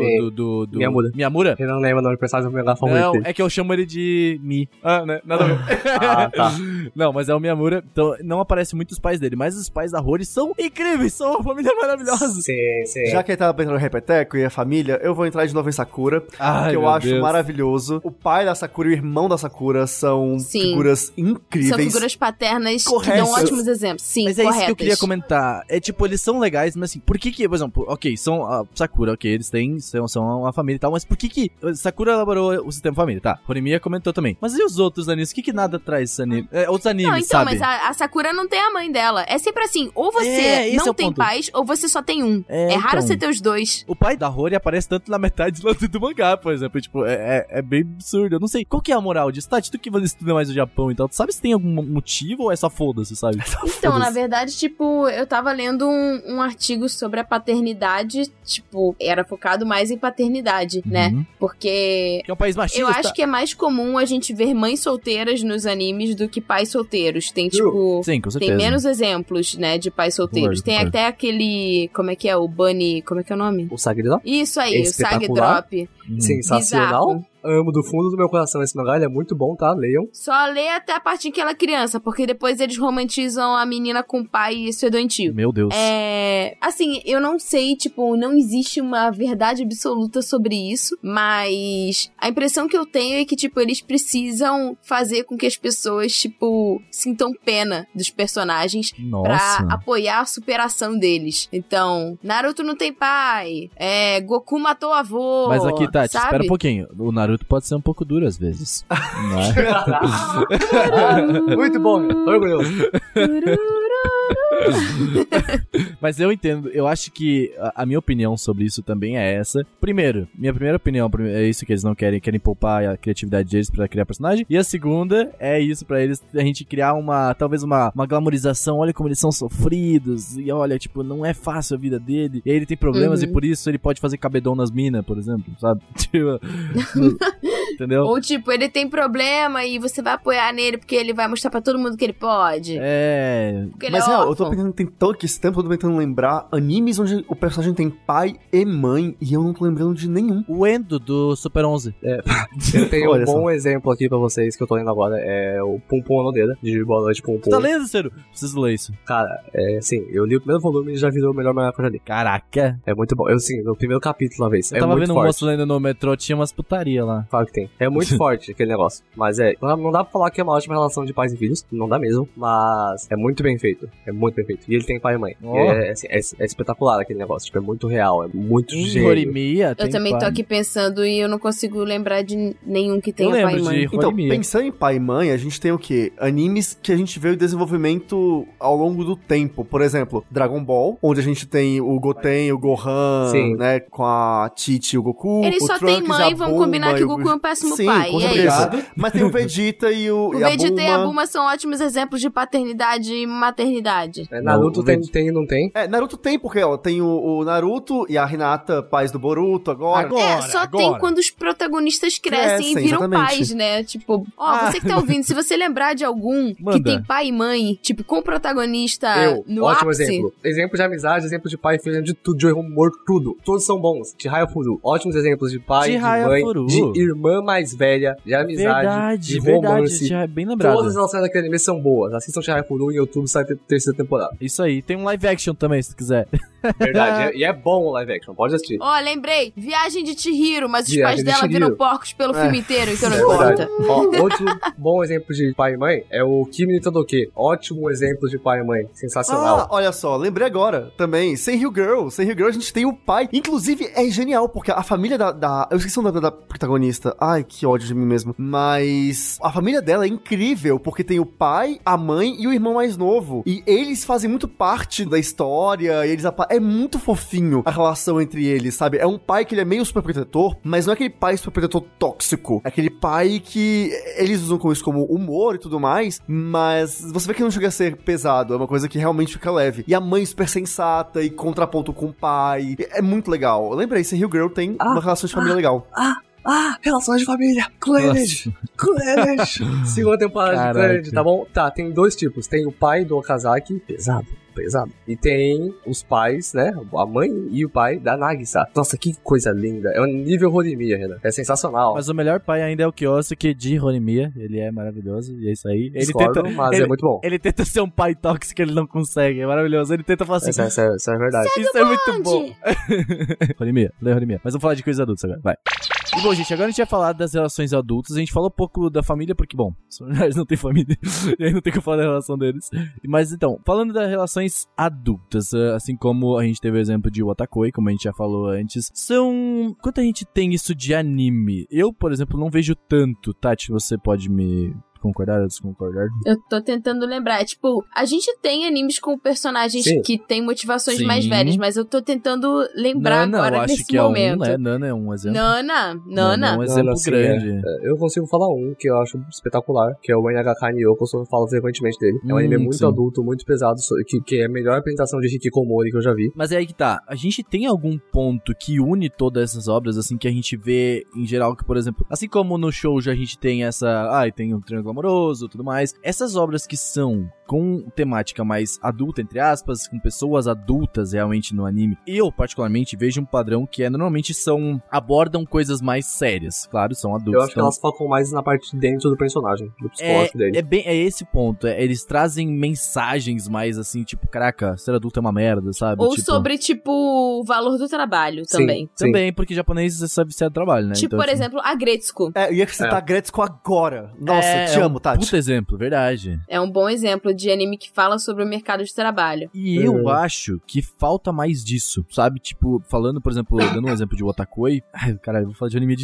Miyamura. Eu não lembro o nome do personagem do meu garfão. Não, é que eu chamo ele de Mi. Ah, né? Nada a ver. Tá. Não, mas é o Miyamura. Então não aparecem muitos pais dele, mas os pais da Hori são incríveis, são uma família maravilhosa. Sim. Já que ele tava pensando no Repeteco e a família, eu vou entrar de novo em Sakura, que eu acho maravilhoso. O pai da Sakura e o irmão da Sakura são figuras incríveis. São figuras paternas que dão ótimos exemplos. Sim, mas é isso que eu queria comentar. É tipo, eles são legais, mas assim, por que, por exemplo, ok, são a Sakura, ok, eles são uma família e tal, mas por que Sakura elaborou o sistema família, tá? Horimiya comentou também. Mas e os outros animes? O que nada traz esse anime? Outros animes, não, então, sabe? Mas a Sakura não tem a mãe dela. É sempre assim, ou você não tem pais, ou você só tem um. É raro você ter os dois. O pai da Hori aparece tanto na metade do mangá, por exemplo. Tipo, é bem absurdo. Eu não sei. Qual que é a moral disso? Tati, tu que estuda mais o Japão e tal, tu sabe se tem algum motivo ou é só foda-se, sabe? Então, na verdade, tipo, eu tava lendo um artigo sobre a paternidade, tipo, era focado mais em paternidade, né? Porque é um país machista. Eu acho que é mais comum a gente ver mães solteiras nos animes do que pais solteiros. Tem, tipo, sim, com certeza. Tem menos exemplos, né, de pais solteiros. Tem até aquele, como é que é, o Bunny, como é que é o nome? O Sag Drop? Isso aí, o Sag Drop. Sensacional. Bizarro. Amo do fundo do meu coração esse mangá, ele é muito bom, tá? Leiam. Só lê até a parte em que ela é criança, porque depois eles romantizam a menina com o pai e isso é doentio. Meu Deus. Assim, eu não sei, tipo, não existe uma verdade absoluta sobre isso, mas a impressão que eu tenho é que, tipo, eles precisam fazer com que as pessoas, tipo, sintam pena dos personagens pra apoiar a superação deles. Então, Naruto não tem pai, Goku matou o avô. Mas aqui, Tati, espera um pouquinho. O Naruto pode ser um pouco duro às vezes. Muito bom, orgulhoso. Mas eu entendo, eu acho que a minha opinião sobre isso também é essa. Primeiro, minha primeira opinião é isso que eles não querem poupar a criatividade deles pra criar personagem. E a segunda é isso pra eles, a gente criar talvez uma glamorização, olha como eles são sofridos, e olha, tipo, não é fácil a vida dele, e aí ele tem problemas e por isso ele pode fazer cabedão nas minas, por exemplo, sabe? Tipo, entendeu? Ou tipo, ele tem problema e você vai apoiar nele porque ele vai mostrar pra todo mundo que ele pode. Porque ele mas é eu tô pensando, tem todo esse tempo, eu tô tentando lembrar animes onde o personagem tem pai e mãe, e eu não tô lembrando de nenhum. O Endo do Super 11. Eu tenho um bom exemplo aqui pra vocês que eu tô lendo agora, é o Pum Pum Onodeira, de Boa Noite Pum Pum. Você tá lendo, Ciro? Preciso ler isso. Cara, assim, eu li o primeiro volume e já virou o melhor mangá que eu já li. Caraca. É muito bom. Eu, sim, no primeiro capítulo uma vez. Eu tava vendo um moço lendo no metrô, tinha umas putaria lá. Claro que tem. É muito forte aquele negócio. Mas não dá pra falar que é uma ótima relação de pais e filhos. Não dá mesmo. Mas é muito bem feito. É muito bem feito. E ele tem pai e mãe. Oh. É espetacular aquele negócio. Tipo, é muito real. É muito gênio. Horimiya Eu também tô aqui pensando e eu não consigo lembrar de nenhum que tenha pai e mãe. Então, pensando em pai e mãe, a gente tem o quê? Animes que a gente vê o desenvolvimento ao longo do tempo. Por exemplo, Dragon Ball, onde a gente tem o Goten, o Gohan, né, com a Titi e o Goku. Ele só tem mãe, vamos combinar que o Goku é um péssimo pai. Com certeza. Mas tem o Vegeta e o Vegeta e e a Bulma são ótimos exemplos de paternidade e maternidade. Naruto tem e não tem? Naruto tem, porque ó, tem o Naruto e a Hinata, pais do Boruto agora. Tem quando os protagonistas crescem e viram pais, né? Tipo, você que tá ouvindo, se você lembrar de algum que tem pai e mãe, tipo, com o protagonista no ótimo ápice. exemplo. Exemplo de amizade, exemplo de pai e filho, de tudo, de humor, tudo. Todos são bons. Chihaya Furu. Ótimos exemplos de pai, de mãe, de irmã mais velha, de amizade, de romance. Verdade, bem lembrado. Todas as relações daquele anime são boas. Assistam Chihaya Furu em YouTube, sai a terceira temporada. Isso aí. Tem um live action também, se quiser. Verdade. E é bom o live action. Pode assistir. Lembrei. Viagem de Chihiro, mas os Viagem pais dela viram porcos pelo filme inteiro, então não importa. Outro bom exemplo de pai e mãe é o Kimi no Todoke. Ótimo exemplo de pai e mãe. Sensacional. Olha só, lembrei agora também. Senhyu Girl. Senhyu Girl, a gente tem o pai. Inclusive, é genial, porque a família eu esqueci o nome da protagonista. Ai, que ódio de mim mesmo. Mas a família dela é incrível, porque tem o pai, a mãe e o irmão mais novo. E eles fazem muito parte da história. E é muito fofinho a relação entre eles, sabe? É um pai que ele é meio super protetor, mas não é aquele pai super protetor tóxico. É aquele pai que eles usam com isso como humor e tudo mais, mas você vê que não chega a ser pesado. É uma coisa que realmente fica leve. E a mãe super sensata e contraponto com o pai. É muito legal. Lembrei, Senhyu Girl tem uma relação de família legal. Relações de família. Clannad. Segunda temporada de Clannad, tá bom? Tá, tem dois tipos. Tem o pai do Okazaki, pesado. E tem os pais, né? A mãe e o pai da Nagisa. Nossa, que coisa linda. É um nível Horimiya, Renan. É sensacional. Mas o melhor pai ainda é o Kyosuke de Horimiya. Ele é maravilhoso e é isso aí. Discordo, mas é muito bom. Ele tenta ser um pai tóxico, ele não consegue. É maravilhoso. Ele tenta falar assim... Isso é verdade. Isso é muito bom. Horimiya, lê Horimiya. Mas vamos falar de coisas adultas agora. Vai. E bom, gente, agora a gente vai falar das relações adultas. A gente falou um pouco da família, porque, bom, os personagens não têm família. E aí não tem que falar da relação deles. Mas então, falando das relações adultas, assim como a gente teve o exemplo de Watakoi, como a gente já falou antes, são... Quanto a gente tem isso de anime? Eu, por exemplo, não vejo tanto. Tati, você pode me... concordar ou desconcordar? Eu tô tentando lembrar. Tipo, a gente tem animes com personagens que têm motivações mais velhas, mas eu tô tentando lembrar agora nesse momento. Nana é um exemplo. Nana é um exemplo grande. Eu consigo falar um que eu acho espetacular, que é o NHK Nyoko, eu falo frequentemente dele. É um anime muito adulto, muito pesado, que é a melhor apresentação de Hikikomori que eu já vi. Mas é aí que tá. A gente tem algum ponto que une todas essas obras, assim, que a gente vê em geral, que, por exemplo, assim como no shoujo a gente tem tem um triângulo amoroso, tudo mais. Essas obras que são com temática mais adulta, entre aspas, com pessoas adultas realmente no anime, eu particularmente vejo um padrão que normalmente abordam coisas mais sérias. Claro, são adultos. Eu acho que elas focam mais na parte dentro do personagem, do psicológico dele. É esse ponto. Eles trazem mensagens mais assim, tipo, caraca, ser adulto é uma merda, sabe? Ou sobre, tipo, o valor do trabalho também. Sim. Também, porque japonês sabe ser do trabalho, né? Tipo, então, por exemplo, a Gretsuko. Eu ia citar a Gretsuko agora. Nossa, te amo, Tati. Puta exemplo, verdade. É um bom exemplo de anime que fala sobre o mercado de trabalho. E eu acho que falta mais disso, sabe? Tipo, falando, por exemplo, dando um exemplo de Watakoi. Ai, caralho, vou falar de anime de novo.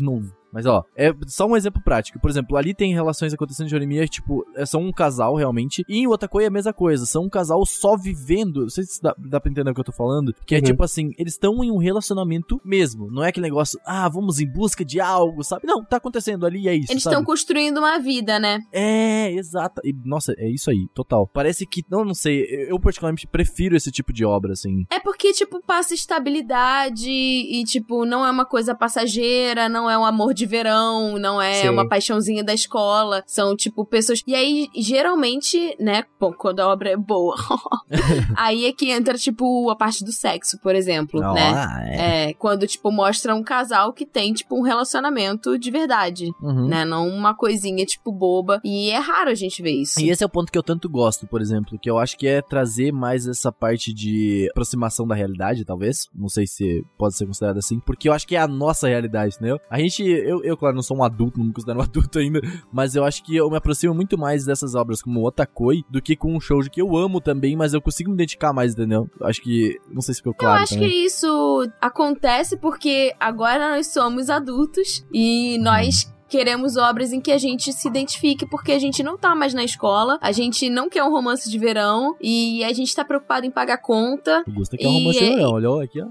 Mas, ó, é só um exemplo prático. Por exemplo, ali tem relações acontecendo de anime, tipo, são um casal, realmente. E em Otakoi é a mesma coisa. São um casal só vivendo. Não sei se dá pra entender o que eu tô falando. Que é tipo assim, eles estão em um relacionamento mesmo. Não é aquele negócio, vamos em busca de algo, sabe? Não, tá acontecendo ali e é isso, eles estão construindo uma vida, né? É, exato. E, nossa, é isso aí, total. Parece que, não sei, eu particularmente prefiro esse tipo de obra, assim. É porque, tipo, passa estabilidade e, tipo, não é uma coisa passageira, não é um amor de verão, não é uma paixãozinha da escola. São, tipo, pessoas... E aí, geralmente, né, bom, quando a obra é boa, aí é que entra, tipo, a parte do sexo, por exemplo, né? Quando, tipo, mostra um casal que tem, tipo, um relacionamento de verdade, né? Não uma coisinha, tipo, boba. E é raro a gente ver isso. E esse é o ponto que eu tanto gosto, por exemplo, que eu acho que é trazer mais essa parte de aproximação da realidade, talvez. Não sei se pode ser considerado assim, porque eu acho que é a nossa realidade, entendeu? A gente, eu claro, não sou um adulto, não me considero um adulto ainda, mas eu acho que eu me aproximo muito mais dessas obras como Otakoi do que com um shoujo que eu amo também, mas eu consigo me identificar mais, entendeu? Acho que, não sei se ficou claro. Eu acho também que isso acontece porque agora nós somos adultos e nós queremos obras em que a gente se identifique porque a gente não tá mais na escola, a gente não quer um romance de verão e a gente tá preocupado em pagar conta. O Gusta quer um romance de verão, olha aqui, ó.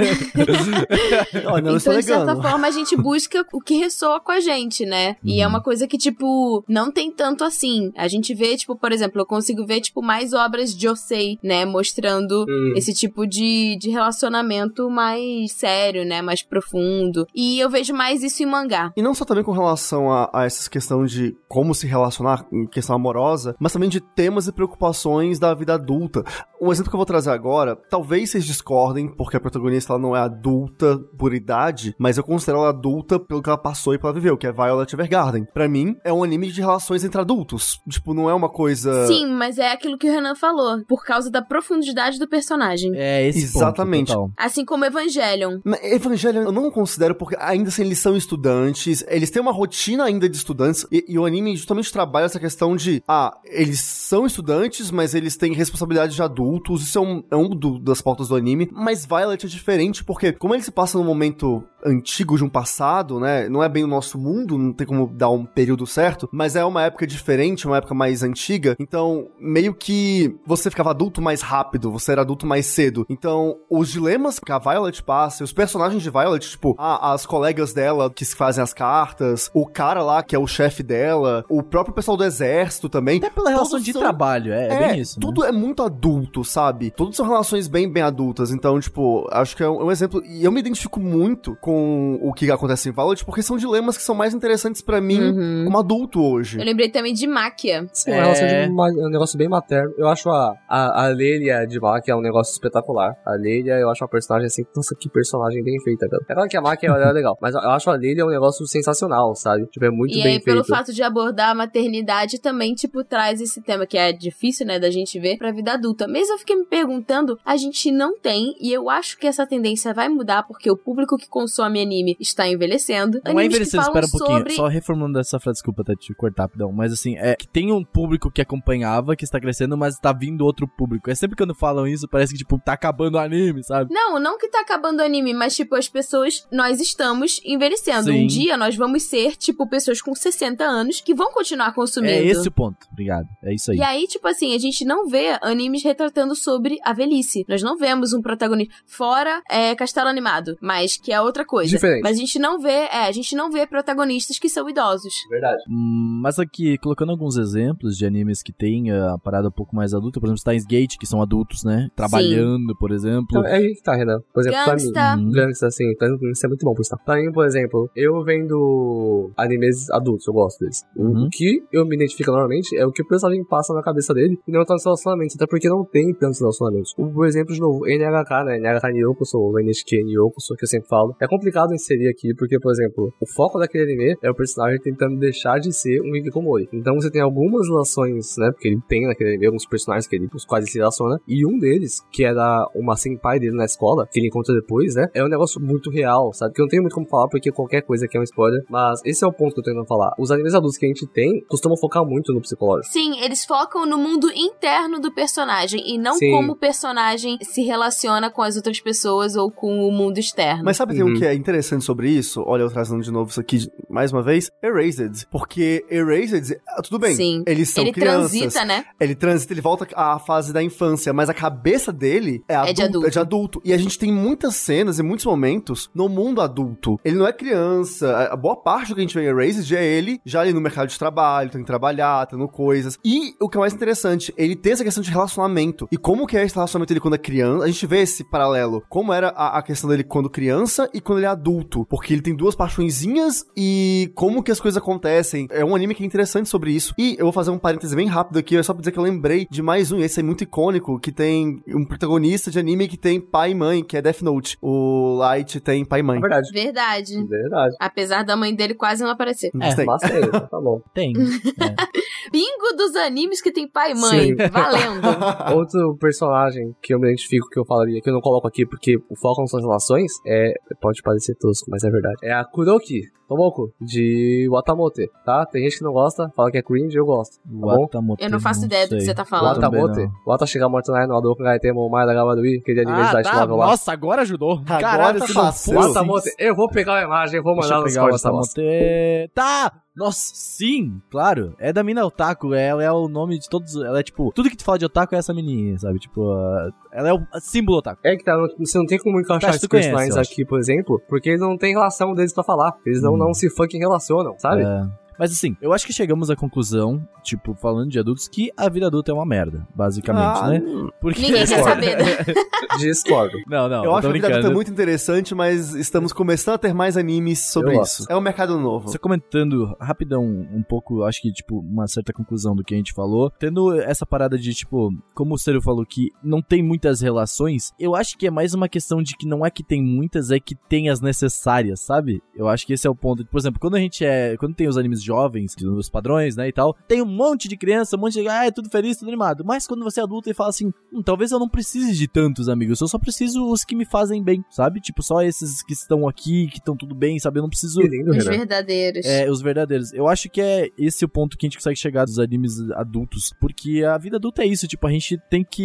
Então, de certa forma, a gente busca o que ressoa com a gente, né? E é uma coisa que, tipo, não tem tanto assim. A gente vê, tipo, por exemplo, eu consigo ver, tipo, mais obras de Josei, né? Mostrando esse tipo de relacionamento mais sério, né? Mais profundo. E eu vejo mais isso em mangá. E não só também com relação a essa questão de como se relacionar em questão amorosa, mas também de temas e preocupações da vida adulta. Um exemplo que eu vou trazer agora, talvez vocês discordem, porque a protagonista ela não é adulta por idade, mas eu considero ela adulta pelo que ela passou e que ela viveu, que é Violet Evergarden. Pra mim, é um anime de relações entre adultos. Tipo, não é uma coisa... Sim, mas é aquilo que o Renan falou, por causa da profundidade do personagem. É, esse exatamente. Ponto, assim como Evangelion. Evangelion eu não considero, porque ainda assim eles são estudantes, eles têm uma rotina ainda de estudantes, e o anime justamente trabalha essa questão de, eles são estudantes, mas eles têm responsabilidade de adultos, isso é das pautas do anime, mas Violet é diferente, porque como ele se passa num momento antigo de um passado, né, não é bem o nosso mundo, não tem como dar um período certo, mas é uma época diferente, uma época mais antiga, então meio que você ficava adulto mais rápido, você era adulto mais cedo, então os dilemas que a Violet passa, os personagens de Violet, tipo, as colegas dela que se fazem as cartas, o cara lá que é o chefe dela, o próprio pessoal do exército também. Até pela relação de trabalho, é bem isso. Tudo é muito adulto, sabe? Todas são relações bem adultas, então, tipo, acho que é um exemplo, e eu me identifico muito com o que acontece em Violet, porque são dilemas que são mais interessantes pra mim como adulto hoje. Eu lembrei também de Máquia. Sim, uma relação de um negócio bem materno. Eu acho a Lelia de Máquia um negócio espetacular. A Lelia, eu acho uma personagem assim, nossa, que personagem bem feita, cara. É claro que a Máquia é legal, mas eu acho a Lelia um negócio sensacional, sabe? Tipo, é muito bem feito. E aí, pelo fato de abordar a maternidade, também, tipo, traz esse tema que é difícil, né, da gente ver pra vida adulta. Mas eu fiquei me perguntando, a gente não tem, e eu acho que essa tendência vai mudar, porque o público que consome anime está envelhecendo. Não é envelhecendo, espera um pouquinho, só reformulando essa frase, desculpa até te cortar, rapidão, mas assim, é que tem um público que acompanhava, que está crescendo, mas tá vindo outro público. É sempre quando falam isso, parece que, tipo, tá acabando o anime, sabe? Não que tá acabando o anime, mas, tipo, as pessoas, nós estamos envelhecendo. Sim. Um dia nós vamos ser, tipo, pessoas com 60 anos que vão continuar consumindo. É esse o ponto, obrigado. É isso aí. E aí, tipo assim, a gente não vê animes retratando sobre a velhice. Nós não vemos um protagonista fora Castelo Animado, mas que é outra coisa. Diferente. Mas a gente não vê protagonistas que são idosos. Verdade. Mas aqui, colocando alguns exemplos de animes que tem a parada um pouco mais adulta, por exemplo, Steins Gate, que são adultos, né? Trabalhando, por exemplo. Então, é aí que tá, Renan. Por exemplo, Gangsta. pra mim. Gangsta, sim. Isso é muito bom, por estar. Pra mim, por exemplo, eu vendo animes adultos, eu gosto deles. O que eu me identifico normalmente é o que o personagem passa na cabeça dele e não tantos relacionamentos, até porque não tem tantos relacionamentos. Por exemplo, de novo, NHK, né? NHK Nyokuso, ou NHK Nyokuso, que eu sempre falo. É complicado inserir aqui, porque, por exemplo, o foco daquele anime é o personagem tentando deixar de ser um hikikomori. Então você tem algumas relações, né? Porque ele tem naquele anime alguns personagens com os quais ele se relaciona, e um deles, que era uma senpai dele na escola, que ele encontra depois, né? É um negócio muito real, sabe? Que eu não tenho muito como falar, porque qualquer coisa aqui é um spoiler, mas esse é o ponto que eu tô tentando falar. Os animes adultos que a gente tem costumam focar muito no psicológico. Sim, eles focam no mundo interno do personagem e não como o personagem se relaciona com as outras pessoas ou com o mundo externo. Mas sabe, tem um que é interessante sobre isso? Olha, eu trazendo de novo isso aqui mais uma vez. Erased. Porque Erased, tudo bem, Sim. eles são ele crianças. Transita, né? Ele transita, ele volta à fase da infância, mas a cabeça dele é de adulto. E a gente tem muitas cenas e muitos momentos no mundo adulto. Ele não é criança. A boa parte do que a gente vê em Erased é ele já ali no mercado de trabalho, tendo que trabalhar, tendo coisas. E o que é mais interessante, ele tem essa questão de relacionamento. E como que é esse relacionamento dele quando é criança? A gente vê esse paralelo. Como era a questão dele quando criança e quando ele é adulto. Porque ele tem duas paixõezinhas e como que as coisas acontecem. É um anime que é interessante sobre isso. E eu vou fazer um parêntese bem rápido aqui, é só pra dizer que eu lembrei de mais um, e esse é muito icônico, que tem um protagonista de anime que tem pai e mãe, que é Death Note. O Light tem pai e mãe. É verdade. Verdade. Apesar da mãe dele quase não aparecer. Mas tem, tá bom. Tem. Bingo dos animes que tem pai e mãe. Sim. Valendo. Outro personagem que eu me identifico, que eu falaria, que eu não coloco aqui porque o foco não são as relações, pode parecer tosco, mas é verdade. É a Kuroki Tomoko, de Watamote, tá? Tem gente que não gosta, fala que é cringe, eu gosto. Tá bom? Eu não faço ideia do que você tá falando. Watamote. Wata chega morto na no Adoko Gaitemo, Mai da Gawadui, que ele é tá. Nossa, agora ajudou. Caralho, tá fácil. Watamote, eu vou pegar a imagem, eu vou mandar nos cortes. Tá! Nossa, sim, claro. É da mina Otaku, ela é o nome de todos. Ela é tipo, tudo que tu fala de Otaku é essa menininha, sabe? Tipo, ela é o símbolo Otaku. É que tá, você não tem como encaixar esses personagens aqui, por exemplo, porque eles não têm relação deles pra falar. Eles não se fucking relacionam, sabe? Mas assim, eu acho que chegamos à conclusão, tipo, falando de adultos, que a vida adulta é uma merda, basicamente, né? Porque... Ninguém quer saber, né? Discordo. Não, eu acho que a vida adulta é muito interessante, mas estamos começando a ter mais animes sobre isso. É um mercado novo. Você comentando rapidão um pouco, acho que, tipo, uma certa conclusão do que a gente falou, tendo essa parada de, tipo, como o Ciro falou que não tem muitas relações, eu acho que é mais uma questão de que não é que tem muitas, é que tem as necessárias, sabe? Eu acho que esse é o ponto. Por exemplo, quando tem os animes jovens, os padrões, né, e tal, tem um monte de criança, um monte de... é tudo feliz, tudo animado. Mas quando você é adulto e fala assim, talvez eu não precise de tantos amigos, eu só preciso os que me fazem bem, sabe? Tipo, só esses que estão aqui, que estão tudo bem, sabe? Eu não preciso... Os verdadeiros. Os verdadeiros. Eu acho que é esse o ponto que a gente consegue chegar dos animes adultos, porque a vida adulta é isso, tipo, a gente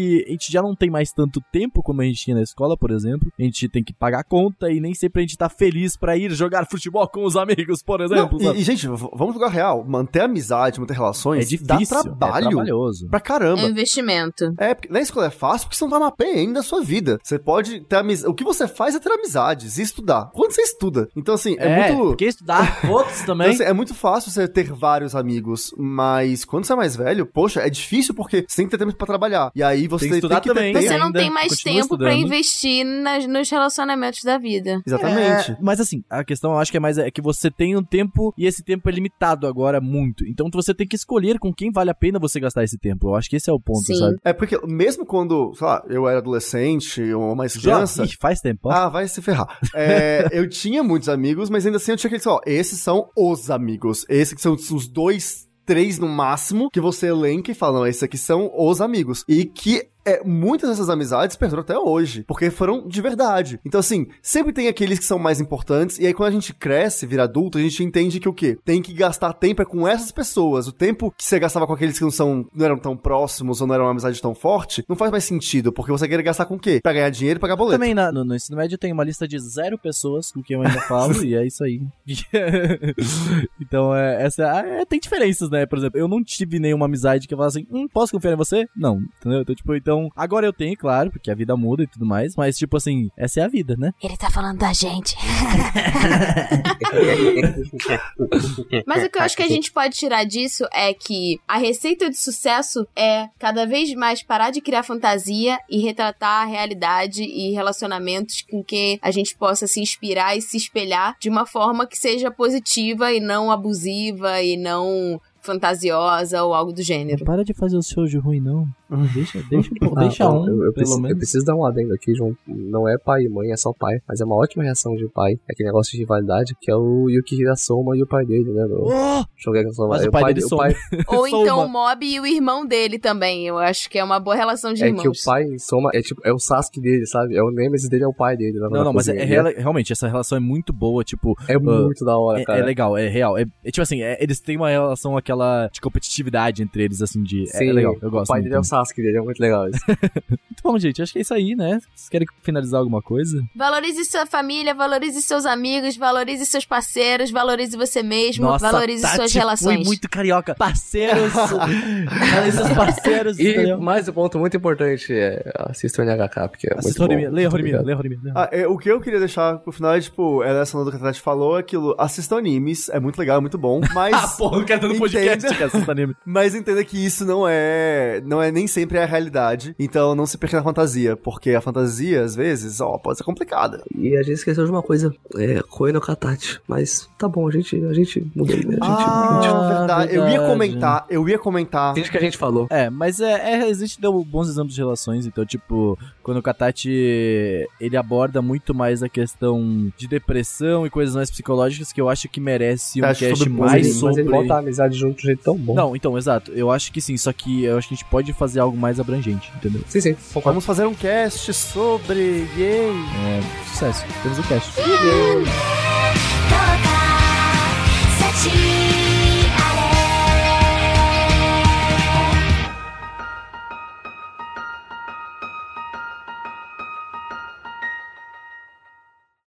já não tem mais tanto tempo como a gente tinha na escola, por exemplo, a gente tem que pagar a conta e nem sempre a gente tá feliz pra ir jogar futebol com os amigos, por exemplo. Não, e gente, vamos jogar real, manter amizade, manter relações, é difícil, dá trabalho. É trabalhoso. Pra caramba. É um investimento. Porque na escola é fácil porque você não tá na PN da sua vida. Você pode ter amizade. O que você faz é ter amizades e estudar. Quando você estuda. Então, assim, é muito... porque estudar outros também. Então, assim, é muito fácil você ter vários amigos, mas quando você é mais velho, poxa, é difícil porque você tem que ter tempo pra trabalhar. E aí você tem que também. Você não tem mais tempo pra investir nos relacionamentos da vida. Exatamente. Mas assim, a questão eu acho que é que você tem um tempo e esse tempo é limitado agora muito. Então você tem que escolher com quem vale a pena você gastar esse tempo. Eu acho que esse é o ponto, sabe? É porque mesmo quando, sei lá, eu era adolescente ou mais criança... faz tempo. Vai se ferrar. Eu tinha muitos amigos, mas ainda assim eu tinha aqueles, esses são os amigos. Esses que são os 2, 3 no máximo que você elenca e fala, não, esses aqui são os amigos. E que... muitas dessas amizades perduram até hoje, porque foram de verdade. Então, assim, sempre tem aqueles que são mais importantes, e aí quando a gente cresce, vira adulto, a gente entende que o quê? Tem que gastar tempo com essas pessoas. O tempo que você gastava com aqueles que não eram tão próximos, ou não eram uma amizade tão forte, não faz mais sentido, porque você quer gastar com o quê? Pra ganhar dinheiro e pagar boleto. Também no ensino médio tem uma lista de 0 pessoas com quem eu ainda falo, e é isso aí. Então, tem diferenças, né? Por exemplo, eu não tive nenhuma amizade que eu falo assim, posso confiar em você? Não, entendeu? Então, agora eu tenho, claro, porque a vida muda e tudo mais, mas tipo assim, essa é a vida, né? Ele tá falando da gente. Mas o que eu acho que a gente pode tirar disso é que a receita de sucesso é cada vez mais parar de criar fantasia e retratar a realidade e relacionamentos com que a gente possa se inspirar e se espelhar de uma forma que seja positiva e não abusiva e não fantasiosa ou algo do gênero. Não para de fazer o show de ruim, não. Deixa um, eu pelo menos. Eu preciso dar um adendo aqui, João. Não é pai e mãe, é só pai. Mas é uma ótima reação de pai. É aquele negócio de rivalidade que é o Yukihira Soma e o pai dele, né? Shogeki Soma. Mas o pai dele soma. Ou então o Mob e o irmão dele também. Eu acho que é uma boa relação de irmãos. É que o pai Soma é tipo, é o Sasuke dele, sabe? É o Nemesis dele, é o pai dele. Não, mas realmente, essa relação é muito boa, tipo... É muito da hora, cara. É legal, é real. É tipo assim, eles têm uma relação, aquela de competitividade entre eles, assim, de... Sim, é legal, eu gosto. O pai dele é o Sasuke dele, é muito legal isso. Muito bom, gente, acho que é isso aí, né? Vocês querem finalizar alguma coisa? Valorize sua família, valorize seus amigos, valorize seus parceiros, valorize você mesmo, valorize suas relações. Foi muito carioca. Parceiros, valorize seus parceiros. E mais um ponto muito importante é assista o NHK, porque é muito bom. Leia Horimiya. O que eu queria deixar pro final é, tipo, essa do que a Tati falou, aquilo, assistam animes, é muito legal, é muito bom, mas... porra, o cara tá no podcast que assista anime. Mas entenda que isso não é nem sempre é a realidade, então não se perca na fantasia, porque a fantasia, às vezes, pode ser complicada. E a gente esqueceu de uma coisa, Koe no Katachi, mas tá bom, a gente mudou, né? Verdade. Eu ia comentar. Desde que a gente falou. Mas existe bons exemplos de relações, então, tipo, quando o Katachi, ele aborda muito mais a questão de depressão e coisas mais psicológicas que eu acho que merece um cast mais sobre... Mas ele bota a amizade junto de um jeito tão bom. Não, então, exato. Eu acho que sim, só que eu acho que a gente pode fazer algo mais abrangente, entendeu? Sim, concordo. Vamos fazer um cast sobre... Sucesso. Temos o cast. Yeah.